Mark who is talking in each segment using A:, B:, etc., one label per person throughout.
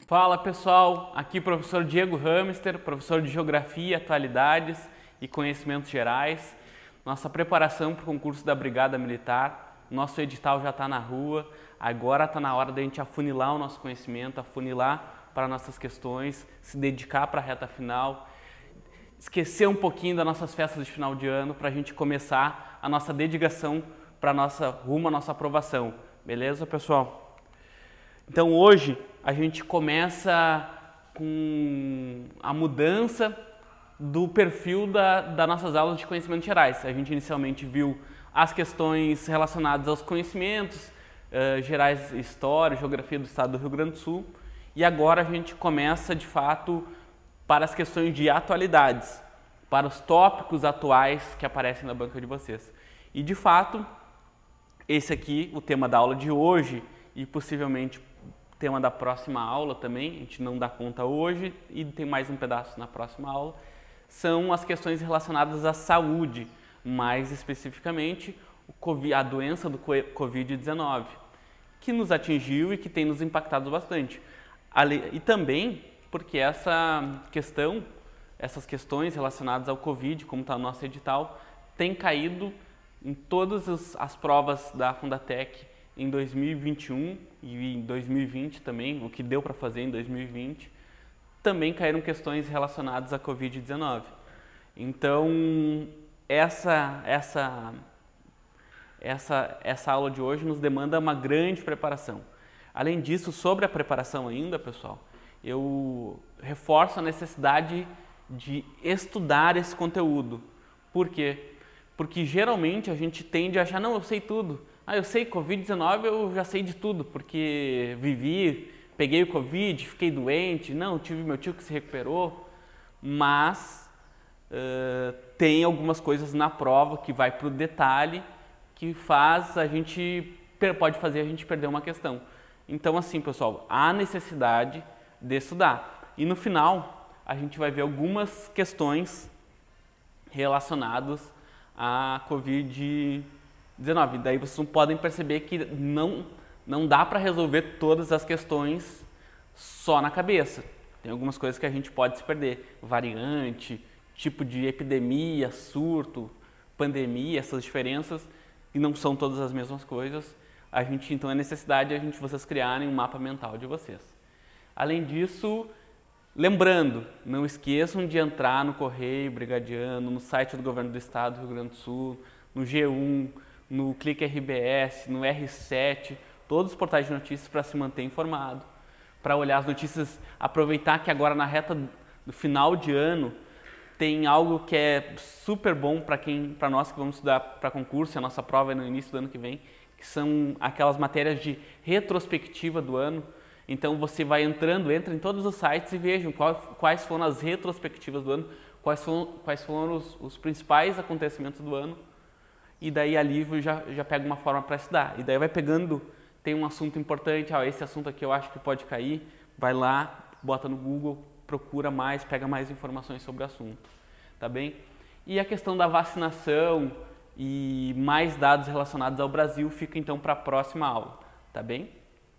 A: Fala pessoal, aqui professor Diego Hamster, professor de Geografia, Atualidades e Conhecimentos Gerais. Nossa preparação para o concurso da Brigada Militar, nosso edital já está na rua, agora está na hora da gente afunilar o nosso conhecimento, afunilar para nossas questões, se dedicar para a reta final, esquecer um pouquinho das nossas festas de final de ano para a gente começar a nossa dedicação para rumo à nossa aprovação. Beleza, pessoal? Então hoje a gente começa com a mudança do perfil das nossas aulas de conhecimentos gerais. A gente inicialmente viu as questões relacionadas aos conhecimentos gerais, história, geografia do estado do Rio Grande do Sul, e agora a gente começa de fato para as questões de atualidades, para os tópicos atuais que aparecem na banca de vocês. E de fato, esse aqui, o tema da aula de hoje e possivelmente tema da próxima aula também, a gente não dá conta hoje e tem mais um pedaço na próxima aula, são as questões relacionadas à saúde, mais especificamente a doença do Covid-19, que nos atingiu e que tem nos impactado bastante. E também porque essas questões relacionadas ao Covid, como está no nosso edital, tem caído em todas as provas da Fundatec em 2021 e em 2020 também, o que deu para fazer em 2020, também caíram questões relacionadas à Covid-19. Então, essa aula de hoje nos demanda uma grande preparação. Além disso, sobre a preparação ainda, pessoal, eu reforço a necessidade de estudar esse conteúdo. Por quê? Porque geralmente a gente tende a achar, não, eu sei tudo. Eu sei Covid-19, eu já sei de tudo, porque peguei o Covid, fiquei doente, não, tive meu tio que se recuperou, mas tem algumas coisas na prova que vai para o detalhe, que pode fazer a gente perder uma questão. Então assim, pessoal, há necessidade de estudar. E no final, a gente vai ver algumas questões relacionadas à Covid-19. Daí vocês podem perceber que não dá para resolver todas as questões só na cabeça. Tem algumas coisas que a gente pode se perder. Variante, tipo de epidemia, surto, pandemia, essas diferenças, que não são todas as mesmas coisas. Então é necessidade vocês criarem um mapa mental de vocês. Além disso, lembrando, não esqueçam de entrar no Correio Brigadiano, no site do Governo do Estado do Rio Grande do Sul, no G1, no Clique RBS, no R7, todos os portais de notícias para se manter informado, para olhar as notícias, aproveitar que agora na reta do final de ano tem algo que é super bom para nós que vamos estudar para concurso, a nossa prova é no início do ano que vem, que são aquelas matérias de retrospectiva do ano. Então você vai entra em todos os sites e vejam quais foram as retrospectivas do ano, quais foram os principais acontecimentos do ano. E daí ali já pega uma forma para estudar. E daí vai pegando, tem um assunto importante, esse assunto aqui eu acho que pode cair, vai lá, bota no Google, procura mais, pega mais informações sobre o assunto, tá bem? E a questão da vacinação e mais dados relacionados ao Brasil fica então para a próxima aula, tá bem?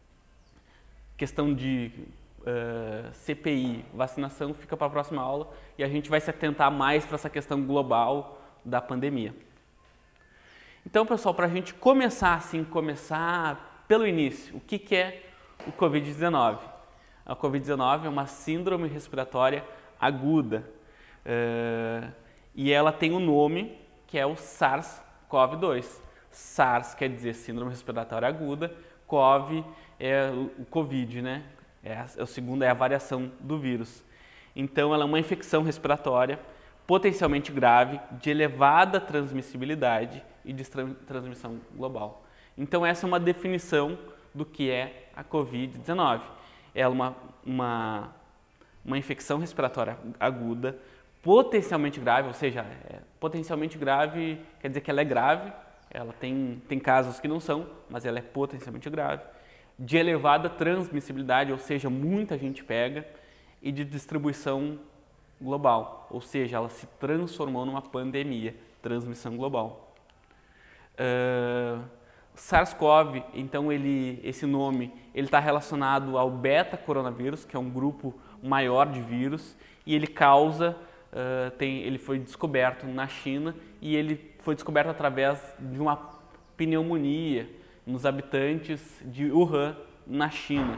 A: Questão de CPI, vacinação fica para a próxima aula e a gente vai se atentar mais para essa questão global da pandemia. Então, pessoal, para a gente começar pelo início, o que é o Covid-19? A Covid-19 é uma síndrome respiratória aguda e ela tem um nome que é o SARS-CoV-2. SARS quer dizer síndrome respiratória aguda, CoV é o Covid, né? O segundo é a variação do vírus. Então, ela é uma infecção respiratória potencialmente grave, de elevada transmissibilidade e de transmissão global. Então essa é uma definição do que é a Covid-19. É uma infecção respiratória aguda, potencialmente grave, ou seja, potencialmente grave quer dizer que ela é grave, ela tem casos que não são, mas ela é potencialmente grave, de elevada transmissibilidade, ou seja, muita gente pega, e de distribuição global, ou seja, ela se transformou numa pandemia, transmissão global. SARS-CoV, então esse nome está relacionado ao beta-coronavírus, que é um grupo maior de vírus, e ele causa, ele foi descoberto na China e ele foi descoberto através de uma pneumonia nos habitantes de Wuhan, na China.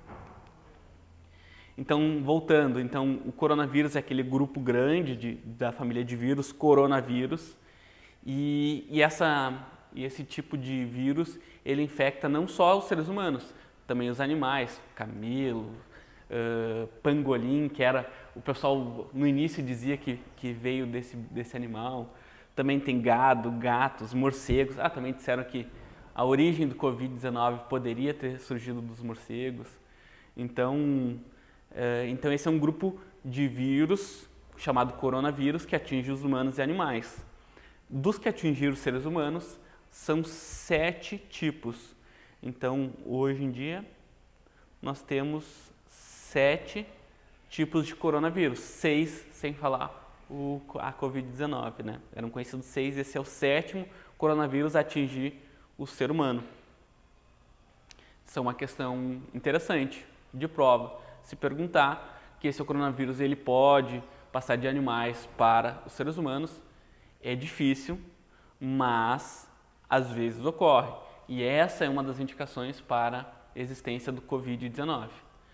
A: Então, voltando, o coronavírus é aquele grupo grande da família de vírus, coronavírus, e esse tipo de vírus, ele infecta não só os seres humanos, também os animais, camelo, pangolim, que era, o pessoal no início dizia que veio desse animal, também tem gado, gatos, morcegos, também disseram que a origem do Covid-19 poderia ter surgido dos morcegos. Então esse é um grupo de vírus chamado coronavírus que atinge os humanos e animais. Dos que atingiram os seres humanos, são 7 tipos. Então, hoje em dia, nós temos 7 tipos de coronavírus, 6 sem falar a Covid-19, né? Eram conhecidos 6, esse é o 7º coronavírus a atingir o ser humano. Isso é uma questão interessante de prova. Se perguntar que esse coronavírus ele pode passar de animais para os seres humanos, é difícil, mas às vezes ocorre. E essa é uma das indicações para a existência do Covid-19.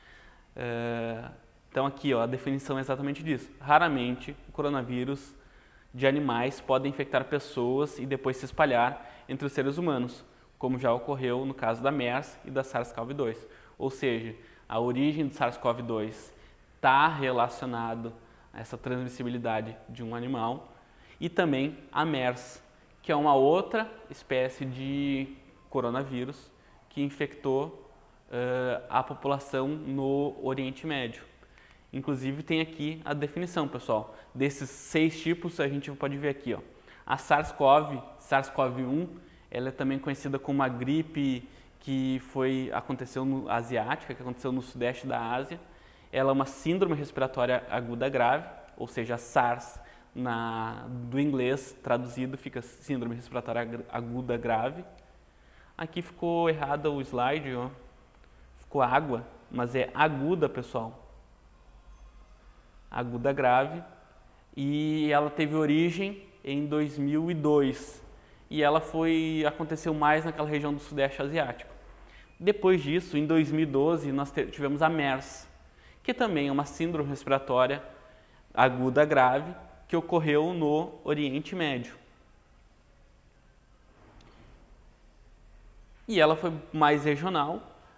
A: Então aqui a definição é exatamente disso. Raramente o coronavírus de animais pode infectar pessoas e depois se espalhar entre os seres humanos, como já ocorreu no caso da MERS e da SARS-CoV-2. Ou seja, a origem do SARS-CoV-2 está relacionado a essa transmissibilidade de um animal, e também a MERS, que é uma outra espécie de coronavírus que infectou a população no Oriente Médio. Inclusive tem aqui a definição, pessoal. Desses 6 tipos a gente pode ver aqui, a SARS-CoV-1, ela é também conhecida como uma gripe que aconteceu asiática, que aconteceu no sudeste da Ásia. Ela é uma síndrome respiratória aguda grave, ou seja, SARS, do inglês traduzido fica síndrome respiratória aguda grave. Aqui ficou errado o slide, ficou água, mas é aguda, pessoal. Aguda grave, e ela teve origem em 2002 e ela aconteceu mais naquela região do sudeste asiático. Depois disso, em 2012, nós tivemos a MERS, que também é uma síndrome respiratória aguda grave que ocorreu no Oriente Médio. E ela foi mais regional,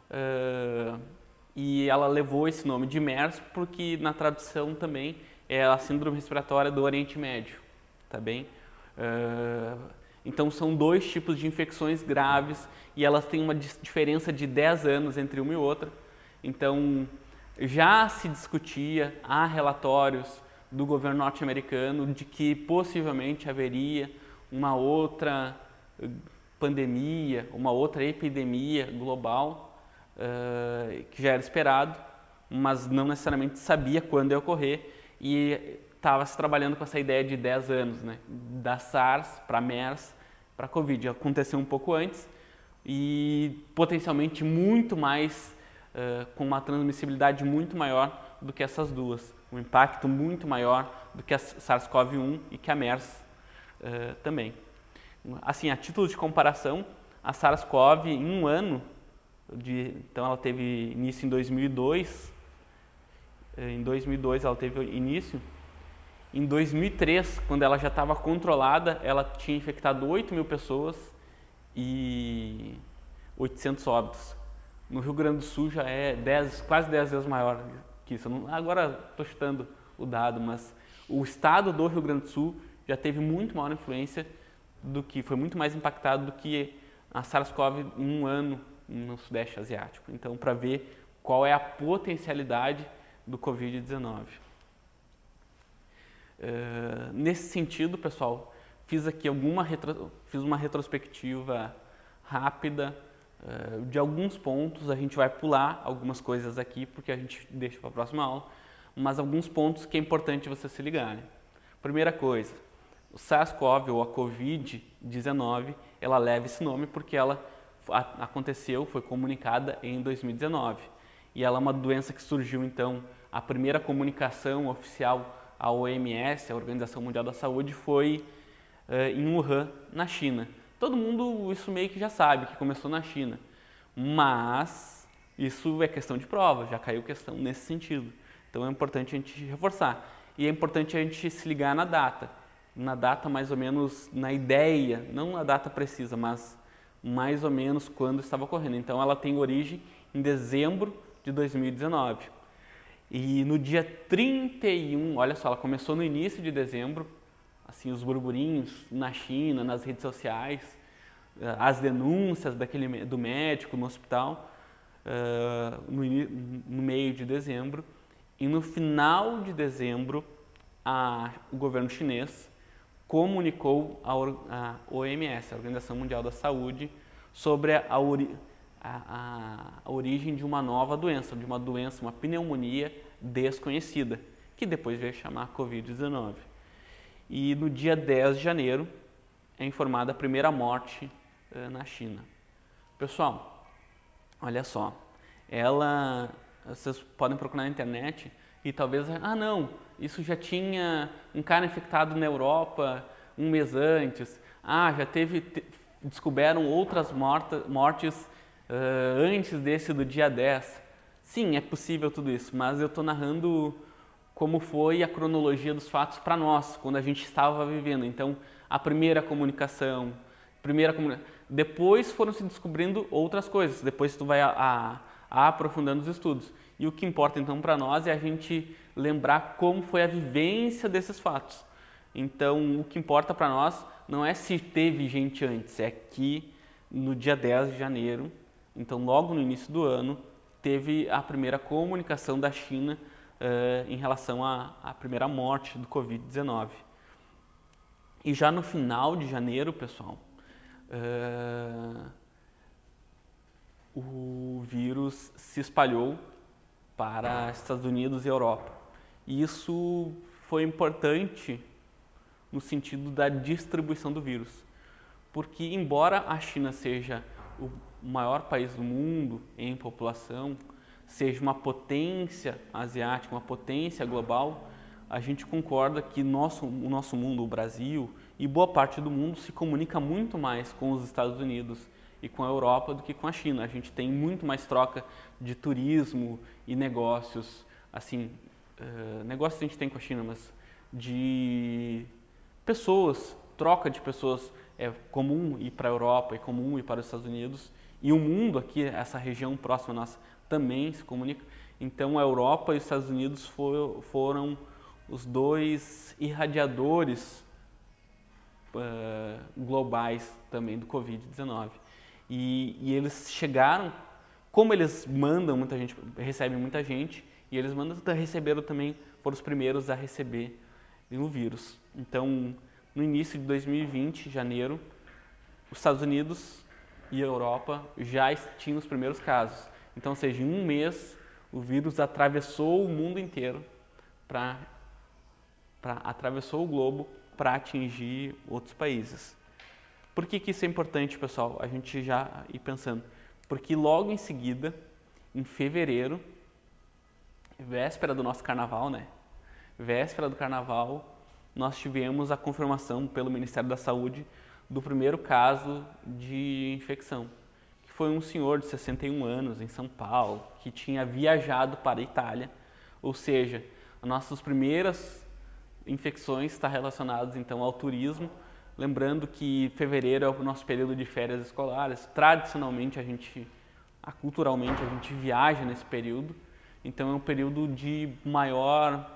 A: e ela levou esse nome de MERS porque na tradução também é a síndrome respiratória do Oriente Médio, tá bem? Então são 2 tipos de infecções graves e elas têm uma diferença de 10 anos entre uma e outra. Então já se discutia, há relatórios do governo norte-americano de que possivelmente haveria uma outra pandemia, uma outra epidemia global, que já era esperado, mas não necessariamente sabia quando ia ocorrer, e estava se trabalhando com essa ideia de 10 anos, né? Da SARS para MERS para Covid. Aconteceu um pouco antes e potencialmente muito mais, com uma transmissibilidade muito maior do que essas duas, um impacto muito maior do que a SARS-CoV-1 e que a MERS também. Assim, a título de comparação, a SARS-CoV em um ano, então ela teve início em 2002, ela teve início. Em 2003, quando ela já estava controlada, ela tinha infectado 8.000 pessoas e 800 óbitos. No Rio Grande do Sul já é quase 10 vezes maior que isso. Agora estou chutando o dado, mas o estado do Rio Grande do Sul já teve muito maior influência foi muito mais impactado do que a SARS-CoV em um ano no Sudeste Asiático. Então, para ver qual é a potencialidade do Covid-19. Nesse sentido, pessoal, fiz aqui uma retrospectiva rápida de alguns pontos. A gente vai pular algumas coisas aqui porque a gente deixa para a próxima aula, mas alguns pontos que é importante você se ligar. Primeira coisa, o SARS-CoV ou a Covid-19, ela leva esse nome porque ela aconteceu, foi comunicada em 2019. E ela é uma doença que surgiu, então, a primeira comunicação oficial à OMS, a Organização Mundial da Saúde, foi em Wuhan, na China. Todo mundo isso meio que já sabe, que começou na China. Mas isso é questão de prova, já caiu questão nesse sentido. Então é importante a gente reforçar. E é importante a gente se ligar na data. Na data mais ou menos, na ideia, não na data precisa, mas mais ou menos quando estava ocorrendo. Então ela tem origem em dezembro de 2019. E no dia 31, olha só, ela começou no início de dezembro, assim, os burburinhos na China, nas redes sociais, as denúncias do médico no hospital, no meio de dezembro. E no final de dezembro, o governo chinês comunicou à OMS, a Organização Mundial da Saúde, sobre a origem de uma nova doença, uma pneumonia desconhecida, que depois veio chamar Covid-19. E no dia 10 de janeiro é informada a primeira morte na China. Pessoal, olha só, vocês podem procurar na internet e talvez, não, isso já tinha um cara infectado na Europa um mês antes, descobriram outras mortes antes desse do dia 10. Sim, é possível tudo isso, mas eu estou narrando como foi a cronologia dos fatos para nós, quando a gente estava vivendo. Então, a primeira comunicação, depois foram se descobrindo outras coisas, depois tu vai aprofundando os estudos. E o que importa então para nós é a gente lembrar como foi a vivência desses fatos. Então, o que importa para nós não é se teve gente antes, é que no dia 10 de janeiro, então logo no início do ano, teve a primeira comunicação da China em relação à primeira morte do Covid-19. E já no final de janeiro, pessoal, o vírus se espalhou para Estados Unidos e Europa. E isso foi importante no sentido da distribuição do vírus. Porque, embora a China seja o maior país do mundo em população, seja uma potência asiática, uma potência global, a gente concorda que o nosso mundo, o Brasil e boa parte do mundo se comunica muito mais com os Estados Unidos e com a Europa do que com a China. A gente tem muito mais troca de turismo e negócios, assim, negócios a gente tem com a China, mas de pessoas, troca de pessoas é comum ir para a Europa, é comum ir para os Estados Unidos, e o mundo aqui, essa região próxima nossa, também se comunica. Então a Europa e os Estados Unidos foram os dois irradiadores globais também do Covid-19. E eles chegaram, como eles mandam muita gente, recebem muita gente, e eles receberam também, foram os primeiros a receber o vírus. Então, no início de 2020, janeiro, os Estados Unidos e a Europa já tinham os primeiros casos. Então, ou seja, em um mês, o vírus atravessou o mundo inteiro, atravessou o globo para atingir outros países. Por que isso é importante, pessoal? A gente já ir pensando. Porque logo em seguida, em fevereiro, véspera do nosso carnaval, né? Véspera do carnaval, nós tivemos a confirmação pelo Ministério da Saúde do primeiro caso de infecção, que foi um senhor de 61 anos em São Paulo, que tinha viajado para a Itália, ou seja, as nossas primeiras infecções estão relacionadas então ao turismo. Lembrando que fevereiro é o nosso período de férias escolares, tradicionalmente culturalmente a gente viaja nesse período, então é um período de maior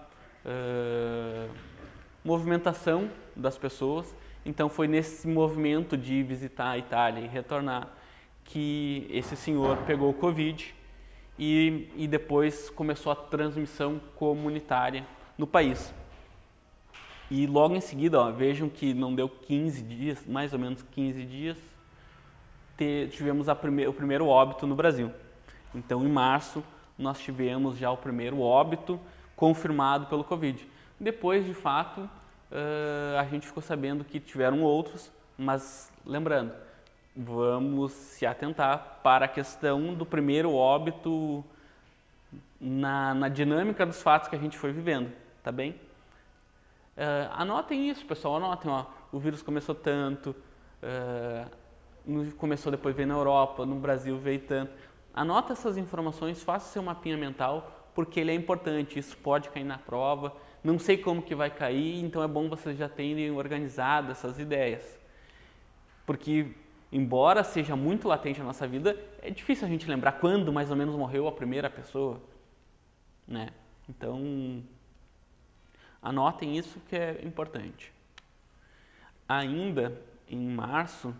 A: movimentação das pessoas. Então foi nesse movimento de visitar a Itália e retornar que esse senhor pegou o Covid e depois começou a transmissão comunitária no país. E logo em seguida, vejam que não deu 15 dias, mais ou menos 15 dias, tivemos o primeiro óbito no Brasil. Então, em março, nós tivemos já o primeiro óbito confirmado pelo Covid. Depois, de fato, a gente ficou sabendo que tiveram outros, mas lembrando, vamos se atentar para a questão do primeiro óbito na dinâmica dos fatos que a gente foi vivendo, tá bem? Anotem isso, pessoal, anotem, ó, o vírus começou tanto, começou depois veio na Europa, no Brasil veio tanto. Anota essas informações, faça seu mapinha mental, porque ele é importante, isso pode cair na prova, não sei como que vai cair, então é bom vocês já terem organizado essas ideias. Porque, embora seja muito latente na nossa vida, é difícil a gente lembrar quando mais ou menos morreu a primeira pessoa, né? Então, anotem isso que é importante. Ainda em março,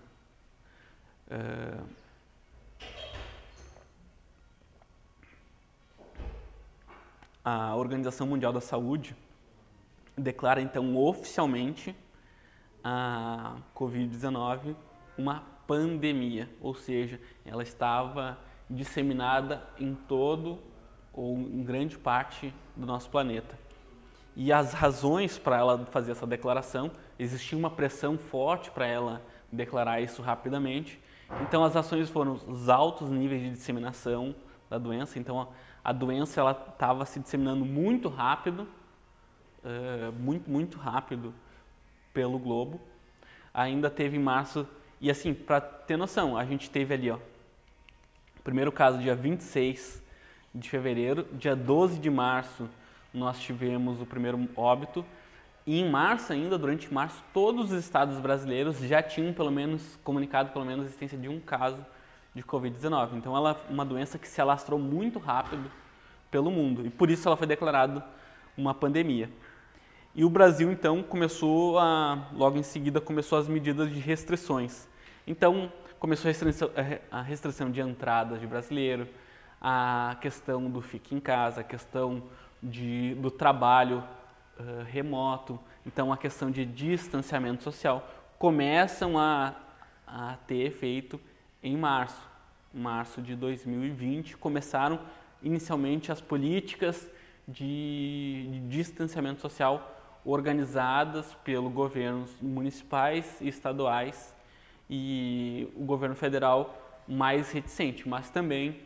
A: a Organização Mundial da Saúde declara então oficialmente a Covid-19 uma pandemia, ou seja, ela estava disseminada em todo ou em grande parte do nosso planeta. E as razões para ela fazer essa declaração, existia uma pressão forte para ela declarar isso rapidamente. Então as ações foram os altos níveis de disseminação da doença. Então a doença ela estava se disseminando muito rápido, muito rápido pelo globo. Ainda teve em março, e assim, para ter noção, a gente teve ali, ó, o primeiro caso dia 26 de fevereiro, dia 12 de março nós tivemos o primeiro óbito, e em março ainda, durante março, todos os estados brasileiros já tinham comunicado pelo menos a existência de um caso de Covid-19. Então ela é uma doença que se alastrou muito rápido pelo mundo, e por isso ela foi declarada uma pandemia. E o Brasil, então, logo em seguida, começou as medidas de restrições. Então, começou a restrição de entradas de brasileiro, a questão do fique em casa, a questão do trabalho remoto, então a questão de distanciamento social, começam a ter efeito em março de 2020, começaram inicialmente as políticas de distanciamento social organizadas pelos governos municipais e estaduais e o governo federal mais reticente, mas também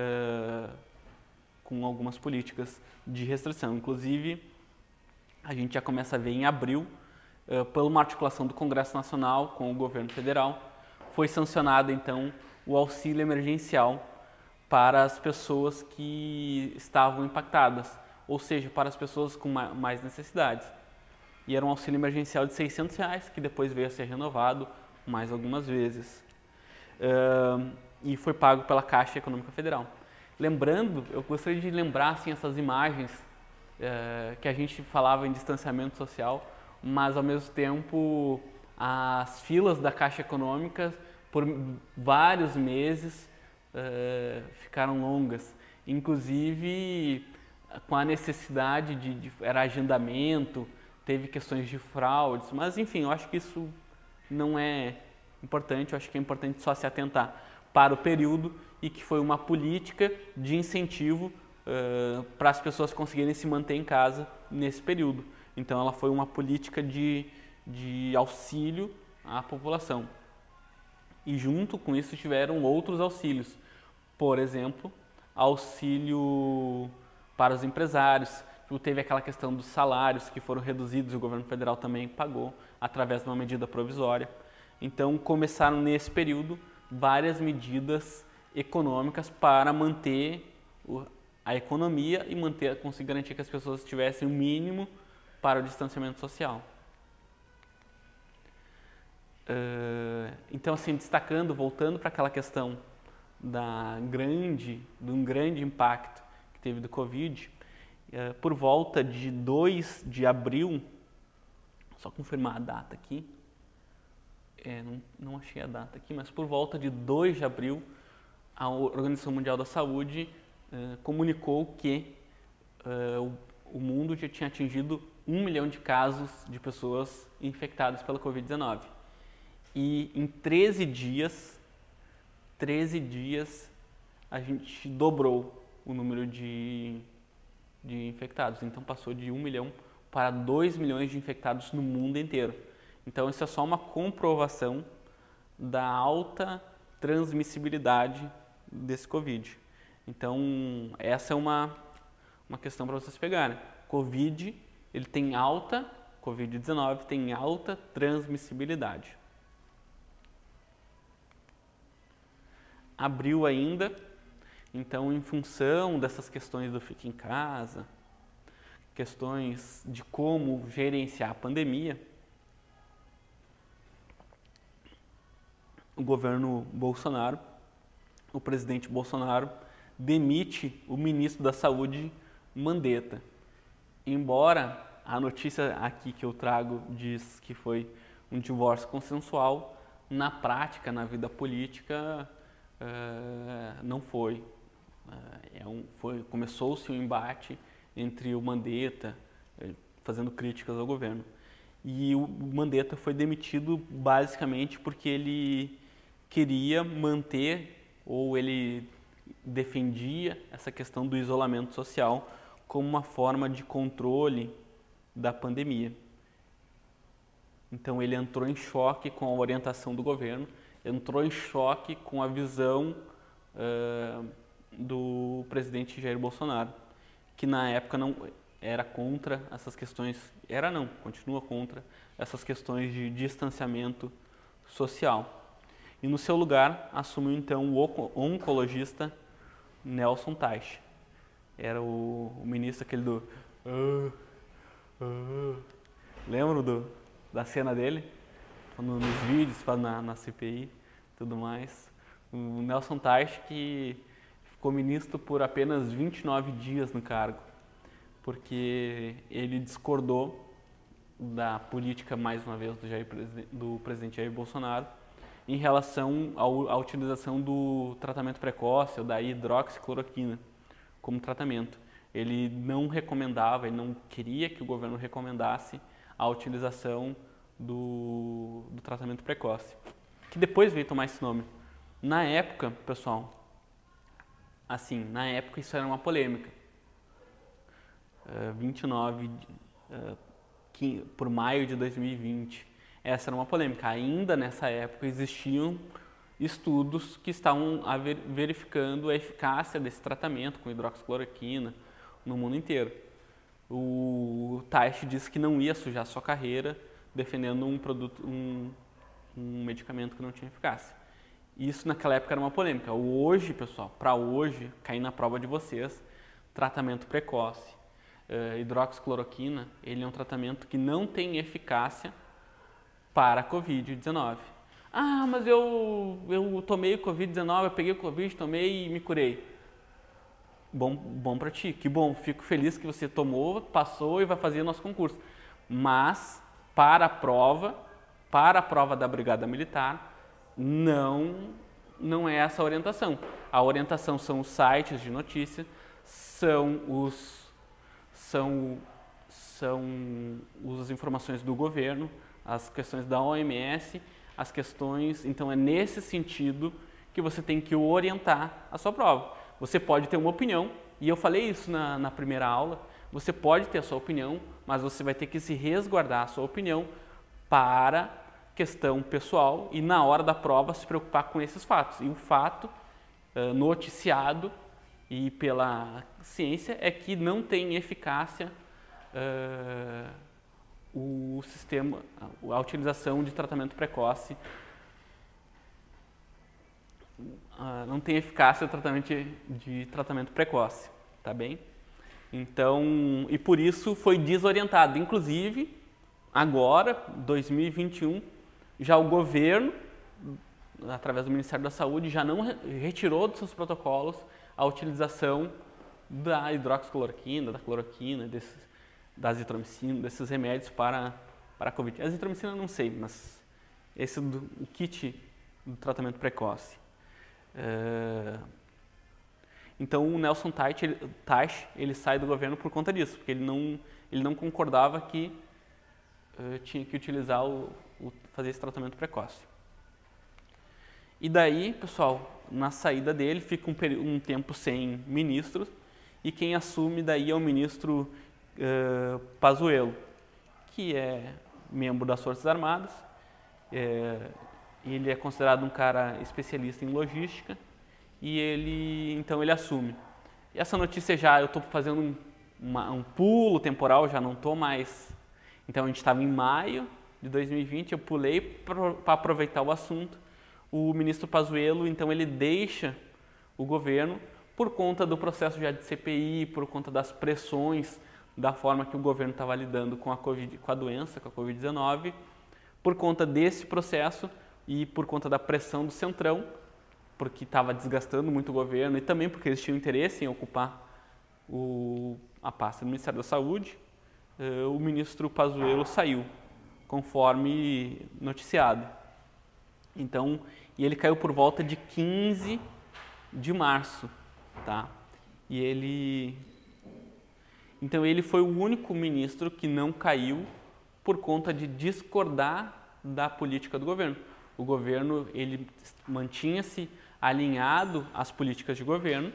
A: com algumas políticas de restrição. Inclusive, a gente já começa a ver em abril, por uma articulação do Congresso Nacional com o governo federal, foi sancionado então o auxílio emergencial para as pessoas que estavam impactadas, ou seja, para as pessoas com mais necessidades. E era um auxílio emergencial de R$600, que depois veio a ser renovado mais algumas vezes. E foi pago pela Caixa Econômica Federal. Lembrando, eu gostaria de lembrar assim, essas imagens que a gente falava em distanciamento social, mas ao mesmo tempo as filas da Caixa Econômica por vários meses ficaram longas, inclusive com a necessidade era agendamento, teve questões de fraudes, mas enfim, eu acho que isso não é importante, eu acho que é importante só se atentar para o período e que foi uma política de incentivo para as pessoas conseguirem se manter em casa nesse período. Então ela foi uma política de auxílio à população. E junto com isso tiveram outros auxílios. Por exemplo, auxílio para os empresários. Teve aquela questão dos salários que foram reduzidos e o governo federal também pagou através de uma medida provisória. Então começaram nesse período várias medidas econômicas para manter a economia e conseguir garantir que as pessoas tivessem o mínimo para o distanciamento social. Então, assim, voltando para aquela questão de um grande impacto que teve do Covid, por volta de 2 de abril, só confirmar a data aqui, não achei a data aqui, mas por volta de 2 de abril, a Organização Mundial da Saúde comunicou que o mundo já tinha atingido 1 milhão de casos de pessoas infectadas pela Covid-19. E em 13 dias, a gente dobrou o número de infectados. Então passou de 1 milhão para 2 milhões de infectados no mundo inteiro. Então isso é só uma comprovação da alta transmissibilidade desse Covid. Então, essa é uma questão para vocês pegarem. Covid-19 tem alta transmissibilidade. Abriu ainda, então, em função dessas questões do fique em casa, questões de como gerenciar a pandemia, o governo Bolsonaro, o presidente Bolsonaro, demite o ministro da Saúde, Mandetta. Embora a notícia aqui que eu trago diz que foi um divórcio consensual, na prática, na vida política, não foi. Começou-se um embate entre o Mandetta, fazendo críticas ao governo. E o Mandetta foi demitido basicamente porque ele queria manter, ou ele defendia essa questão do isolamento social como uma forma de controle da pandemia. Então ele entrou em choque com a orientação do governo, entrou em choque com a visão do presidente Jair Bolsonaro, que na época não era contra essas questões, continua contra essas questões de distanciamento social. E no seu lugar assumiu então o oncologista Nelson Teich. Era o ministro aquele do... Lembra da cena dele? Nos vídeos, na CPI e tudo mais. O Nelson Teich, que ficou ministro por apenas 29 dias no cargo, porque ele discordou da política, mais uma vez, do presidente Jair Bolsonaro em relação à utilização do tratamento precoce, ou da hidroxicloroquina, como tratamento. Ele não recomendava, ele não queria que o governo recomendasse a utilização do tratamento precoce, que depois veio tomar esse nome. Na época, pessoal, na época isso era uma polêmica. 29 por maio de 2020, essa era uma polêmica. Ainda nessa época existiam estudos que estavam verificando a eficácia desse tratamento com hidroxicloroquina no mundo inteiro. O Teich disse que não ia sujar sua carreira defendendo um medicamento que não tinha eficácia. Isso naquela época era uma polêmica. Hoje, pessoal, para hoje, cair na prova de vocês, tratamento precoce, hidroxicloroquina, ele é um tratamento que não tem eficácia para a Covid-19. Ah, mas eu tomei o Covid-19, eu peguei o Covid, tomei e me curei. Bom para ti, que bom, fico feliz que você tomou, passou e vai fazer o nosso concurso. Mas, para a prova da Brigada Militar, não é essa a orientação. A orientação são os sites de notícia, são as informações do governo, as questões da OMS, as questões... Então, é nesse sentido que você tem que orientar a sua prova. Você pode ter uma opinião, e eu falei isso na primeira aula, você pode ter a sua opinião, mas você vai ter que se resguardar a sua opinião para questão pessoal e na hora da prova se preocupar com esses fatos. E o fato noticiado e pela ciência é que não tem eficácia a utilização de tratamento precoce, não tem eficácia de tratamento precoce, tá bem? Então, e por isso foi desorientado. Inclusive, agora, 2021, já o governo, através do Ministério da Saúde, já não retirou dos seus protocolos a utilização da hidroxicloroquina, da cloroquina, da azitromicina, desses remédios para a Covid. A azitromicina eu não sei, mas esse o kit do tratamento precoce. Então o Nelson Teich ele sai do governo por conta disso, porque ele não concordava que tinha que utilizar fazer esse tratamento precoce. E daí, pessoal, na saída dele fica um tempo sem ministros, e quem assume daí é o ministro Pazuello, que é membro das Forças Armadas, ele é considerado um cara especialista em logística e então ele assume. E essa notícia eu estou fazendo um pulo temporal, já não estou mais. Então a gente estava em maio de 2020, eu pulei para aproveitar o assunto. O ministro Pazuello, então, ele deixa o governo por conta do processo já de CPI, por conta das pressões, da forma que o governo estava lidando com a doença, com a Covid-19, por conta desse processo e por conta da pressão do Centrão, porque estava desgastando muito o governo e também porque eles tinham interesse em ocupar a pasta do Ministério da Saúde, o ministro Pazuello saiu, conforme noticiado. Então, e ele caiu por volta de 15 de março, tá? Então ele foi o único ministro que não caiu por conta de discordar da política do governo. O governo, ele mantinha-se alinhado às políticas de governo,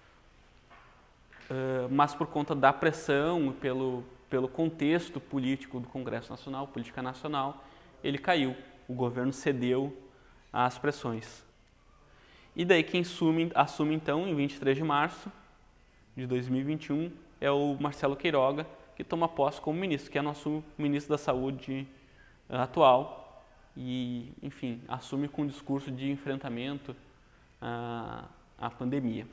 A: mas por conta da pressão, pelo contexto político do Congresso Nacional, política nacional, ele caiu. O governo cedeu às pressões. E daí quem assume então, em 23 de março de 2021, é o Marcelo Queiroga, que toma posse como ministro, que é nosso ministro da Saúde atual e, enfim, assume com um discurso de enfrentamento à pandemia.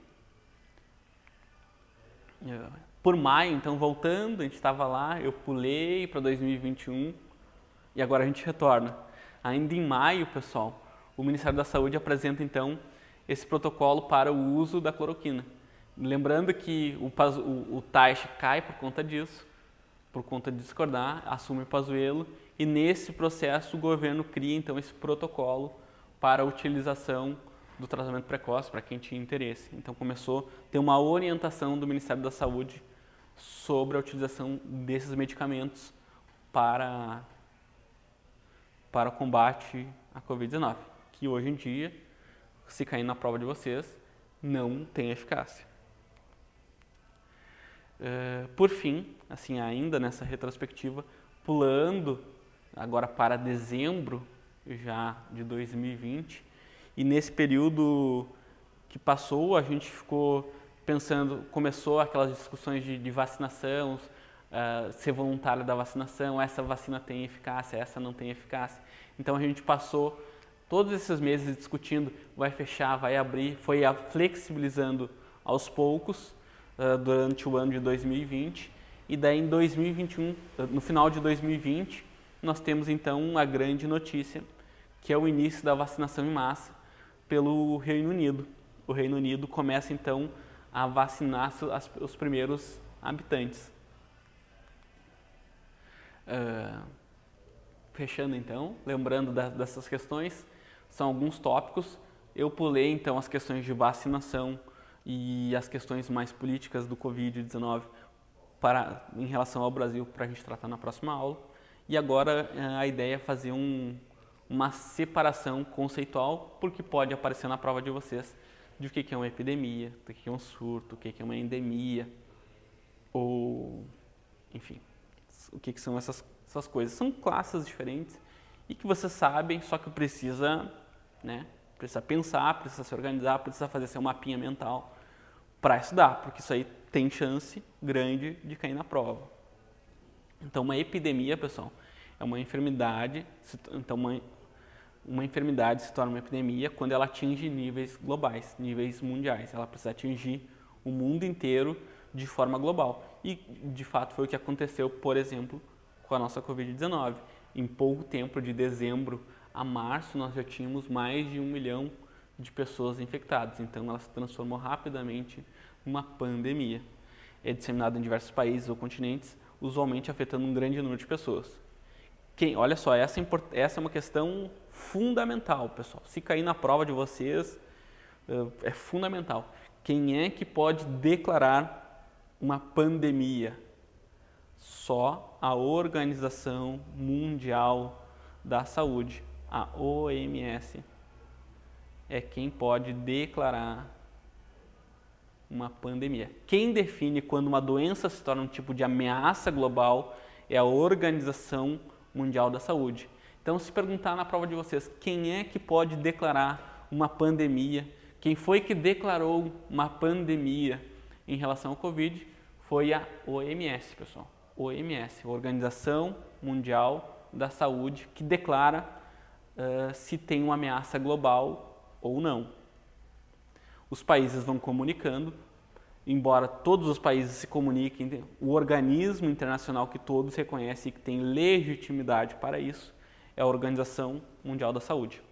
A: Por maio, então, voltando, a gente estava lá, eu pulei para 2021 e agora a gente retorna. Ainda em maio, pessoal, o Ministério da Saúde apresenta, então, esse protocolo para o uso da cloroquina. Lembrando que o Taixe cai por conta disso, por conta de discordar, assume o Pazuello e nesse processo o governo cria, então, esse protocolo para a utilização do tratamento precoce para quem tinha interesse. Então começou a ter uma orientação do Ministério da Saúde sobre a utilização desses medicamentos para o combate à Covid-19, que hoje em dia, se cair na prova de vocês, não tem eficácia. Por fim, assim, ainda nessa retrospectiva, pulando agora para dezembro já de 2020, e nesse período que passou, a gente ficou pensando, começou aquelas discussões de vacinação, ser voluntário da vacinação, essa vacina tem eficácia, essa não tem eficácia. Então a gente passou todos esses meses discutindo, vai fechar, vai abrir, foi flexibilizando aos poucos durante o ano de 2020. E daí em 2021, no final de 2020, nós temos então a grande notícia, que é o início da vacinação em massa pelo Reino Unido. O Reino Unido começa então a vacinar os primeiros habitantes. Fechando então, lembrando dessas questões, são alguns tópicos. Eu pulei então as questões de vacinação e as questões mais políticas do Covid-19 em relação ao Brasil para a gente tratar na próxima aula. E agora a ideia é fazer uma separação conceitual, porque pode aparecer na prova de vocês de o que é uma epidemia, o que é um surto, o que é uma endemia, ou, enfim, o que são essas coisas. São classes diferentes e que vocês sabem, só que precisa pensar, precisa se organizar, precisa fazer seu mapinha mental para estudar, porque isso aí tem chance grande de cair na prova. Então, uma epidemia, pessoal, é uma enfermidade, uma enfermidade se torna uma epidemia quando ela atinge níveis globais, níveis mundiais. Ela precisa atingir o mundo inteiro de forma global. E, de fato, foi o que aconteceu, por exemplo, com a nossa Covid-19. Em pouco tempo, de dezembro a março, nós já tínhamos mais de 1 milhão de pessoas infectadas. Então, ela se transformou rapidamente numa pandemia. É disseminada em diversos países ou continentes, usualmente afetando um grande número de pessoas. Olha só, essa é uma questão fundamental, pessoal. Se cair na prova de vocês, é fundamental. Quem é que pode declarar uma pandemia? Só a Organização Mundial da Saúde, a OMS, é quem pode declarar uma pandemia. Quem define quando uma doença se torna um tipo de ameaça global é a Organização Mundial da Saúde. Então, se perguntar na prova de vocês, quem é que pode declarar uma pandemia, quem foi que declarou uma pandemia em relação ao Covid, foi a OMS, pessoal. OMS, Organização Mundial da Saúde, que declara se tem uma ameaça global ou não. Os países vão comunicando, embora todos os países se comuniquem, o organismo internacional que todos reconhecem e que tem legitimidade para isso é a Organização Mundial da Saúde.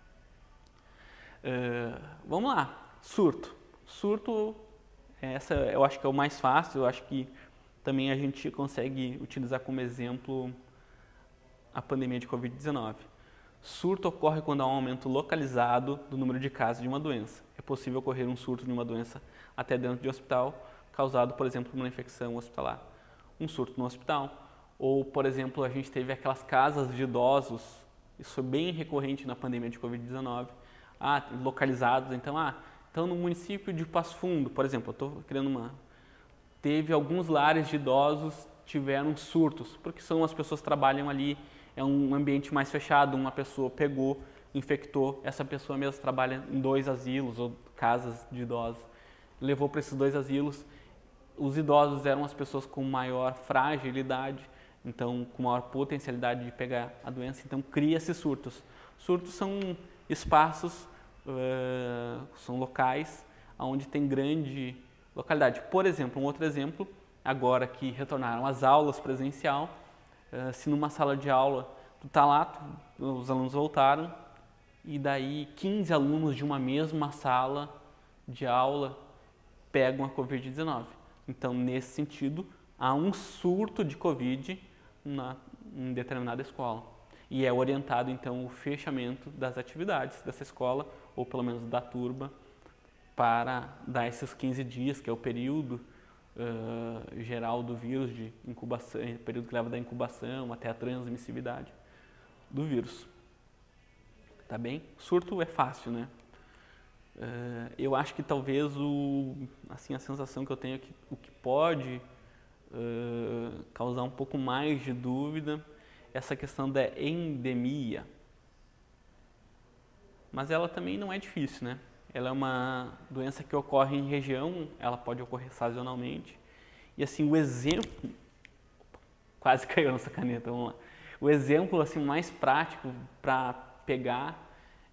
A: Vamos lá, surto. Surto, essa eu acho que é o mais fácil, eu acho que também a gente consegue utilizar como exemplo a pandemia de Covid-19. Surto ocorre quando há um aumento localizado do número de casos de uma doença. É possível ocorrer um surto de uma doença até dentro de hospital, causado, por exemplo, por uma infecção hospitalar. Um surto no hospital, ou, por exemplo, a gente teve aquelas casas de idosos, isso foi bem recorrente na pandemia de Covid-19, localizados, então no município de Passo Fundo, por exemplo, eu estou criando teve alguns lares de idosos tiveram surtos, porque as pessoas que trabalham ali, é um ambiente mais fechado, uma pessoa pegou, infectou, essa pessoa mesmo trabalha em 2 asilos ou casas de idosos, levou para esses 2 asilos, os idosos eram as pessoas com maior fragilidade, então com maior potencialidade de pegar a doença, então cria-se surtos. Surtos são espaços, são locais onde tem grande localidade. Por exemplo, um outro exemplo, agora que retornaram as aulas presencial, se numa sala de aula tu tá lá, os alunos voltaram e daí 15 alunos de uma mesma sala de aula pegam a Covid-19. Então, nesse sentido, há um surto de Covid em determinada escola. E é orientado, então, o fechamento das atividades dessa escola, ou pelo menos da turma, para dar esses 15 dias, que é o período geral do vírus de incubação, período que leva da incubação até a transmissibilidade do vírus. Tá bem? Surto é fácil, né? Eu acho que talvez a sensação que eu tenho é que o que pode causar um pouco mais de dúvida é essa questão da endemia. Mas ela também não é difícil, né? Ela é uma doença que ocorre em região, ela pode ocorrer sazonalmente. E assim, o exemplo... Quase caiu nossa caneta, vamos lá. O exemplo assim, mais prático para pegar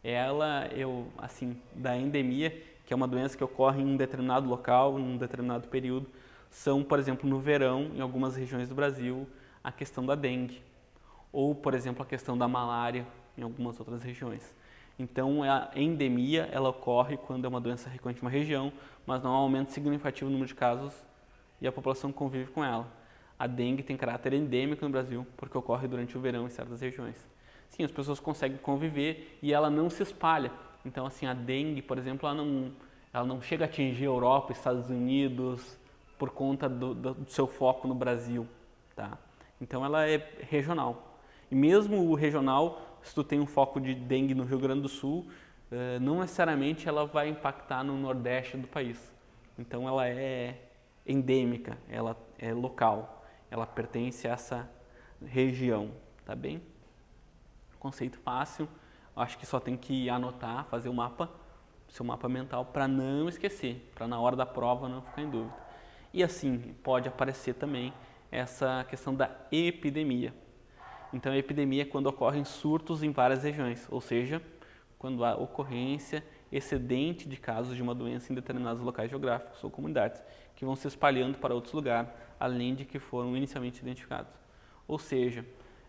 A: da endemia, que é uma doença que ocorre em um determinado local, em um determinado período, são, por exemplo, no verão, em algumas regiões do Brasil, a questão da dengue. Ou, por exemplo, a questão da malária, em algumas outras regiões. Então, a endemia, ela ocorre quando é uma doença recorrente em uma região, mas não há um aumento significativo no número de casos e a população convive com ela. A dengue tem caráter endêmico no Brasil, porque ocorre durante o verão em certas regiões. Sim, as pessoas conseguem conviver e ela não se espalha. Então, assim, a dengue, por exemplo, ela não chega a atingir a Europa, Estados Unidos, por conta do seu foco no Brasil, tá? Então, ela é regional. E mesmo o regional, se tu tem um foco de dengue no Rio Grande do Sul, não necessariamente ela vai impactar no Nordeste do país. Então, ela é endêmica, ela é local, ela pertence a essa região, tá bem? Conceito fácil, acho que só tem que anotar, fazer o mapa, seu mapa mental, para não esquecer, para na hora da prova não ficar em dúvida. E assim, pode aparecer também essa questão da epidemia. Então, a epidemia é quando ocorrem surtos em várias regiões, ou seja, quando há ocorrência excedente de casos de uma doença em determinados locais geográficos ou comunidades, que vão se espalhando para outros lugares, além de que foram inicialmente identificados. Ou seja,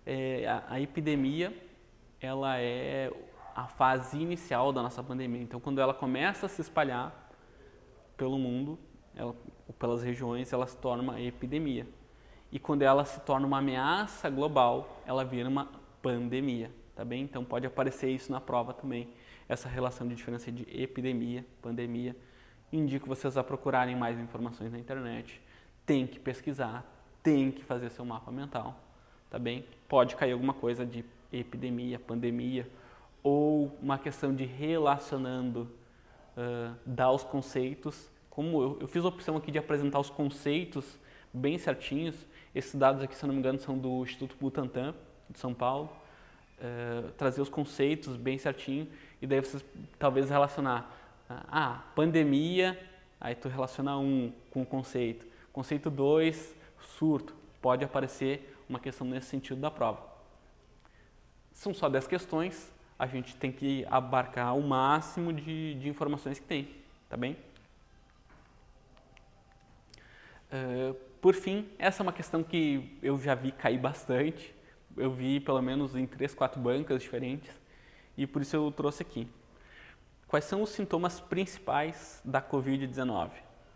A: a epidemia ela é a fase inicial da nossa pandemia. Então, quando ela começa a se espalhar pelo mundo, ou pelas regiões, ela se torna uma epidemia. E quando ela se torna uma ameaça global, ela vira uma pandemia, tá bem? Então pode aparecer isso na prova também, essa relação de diferença de epidemia, pandemia. Indico vocês a procurarem mais informações na internet, tem que pesquisar, tem que fazer seu mapa mental, tá bem? Pode cair alguma coisa de epidemia, pandemia, ou uma questão de relacionando, dar os conceitos, como eu fiz a opção aqui de apresentar os conceitos bem certinhos. Esses dados aqui, se eu não me engano, são do Instituto Butantan, de São Paulo. trazer os conceitos bem certinho e daí vocês talvez relacionar pandemia, aí tu relaciona um com o conceito. Conceito 2, surto. Pode aparecer uma questão nesse sentido da prova. São só 10 questões, a gente tem que abarcar o máximo de informações que tem, tá bem? Por fim, essa é uma questão que eu já vi cair bastante, eu vi pelo menos em 3, 4 bancas diferentes e por isso eu trouxe aqui. Quais são os sintomas principais da Covid-19?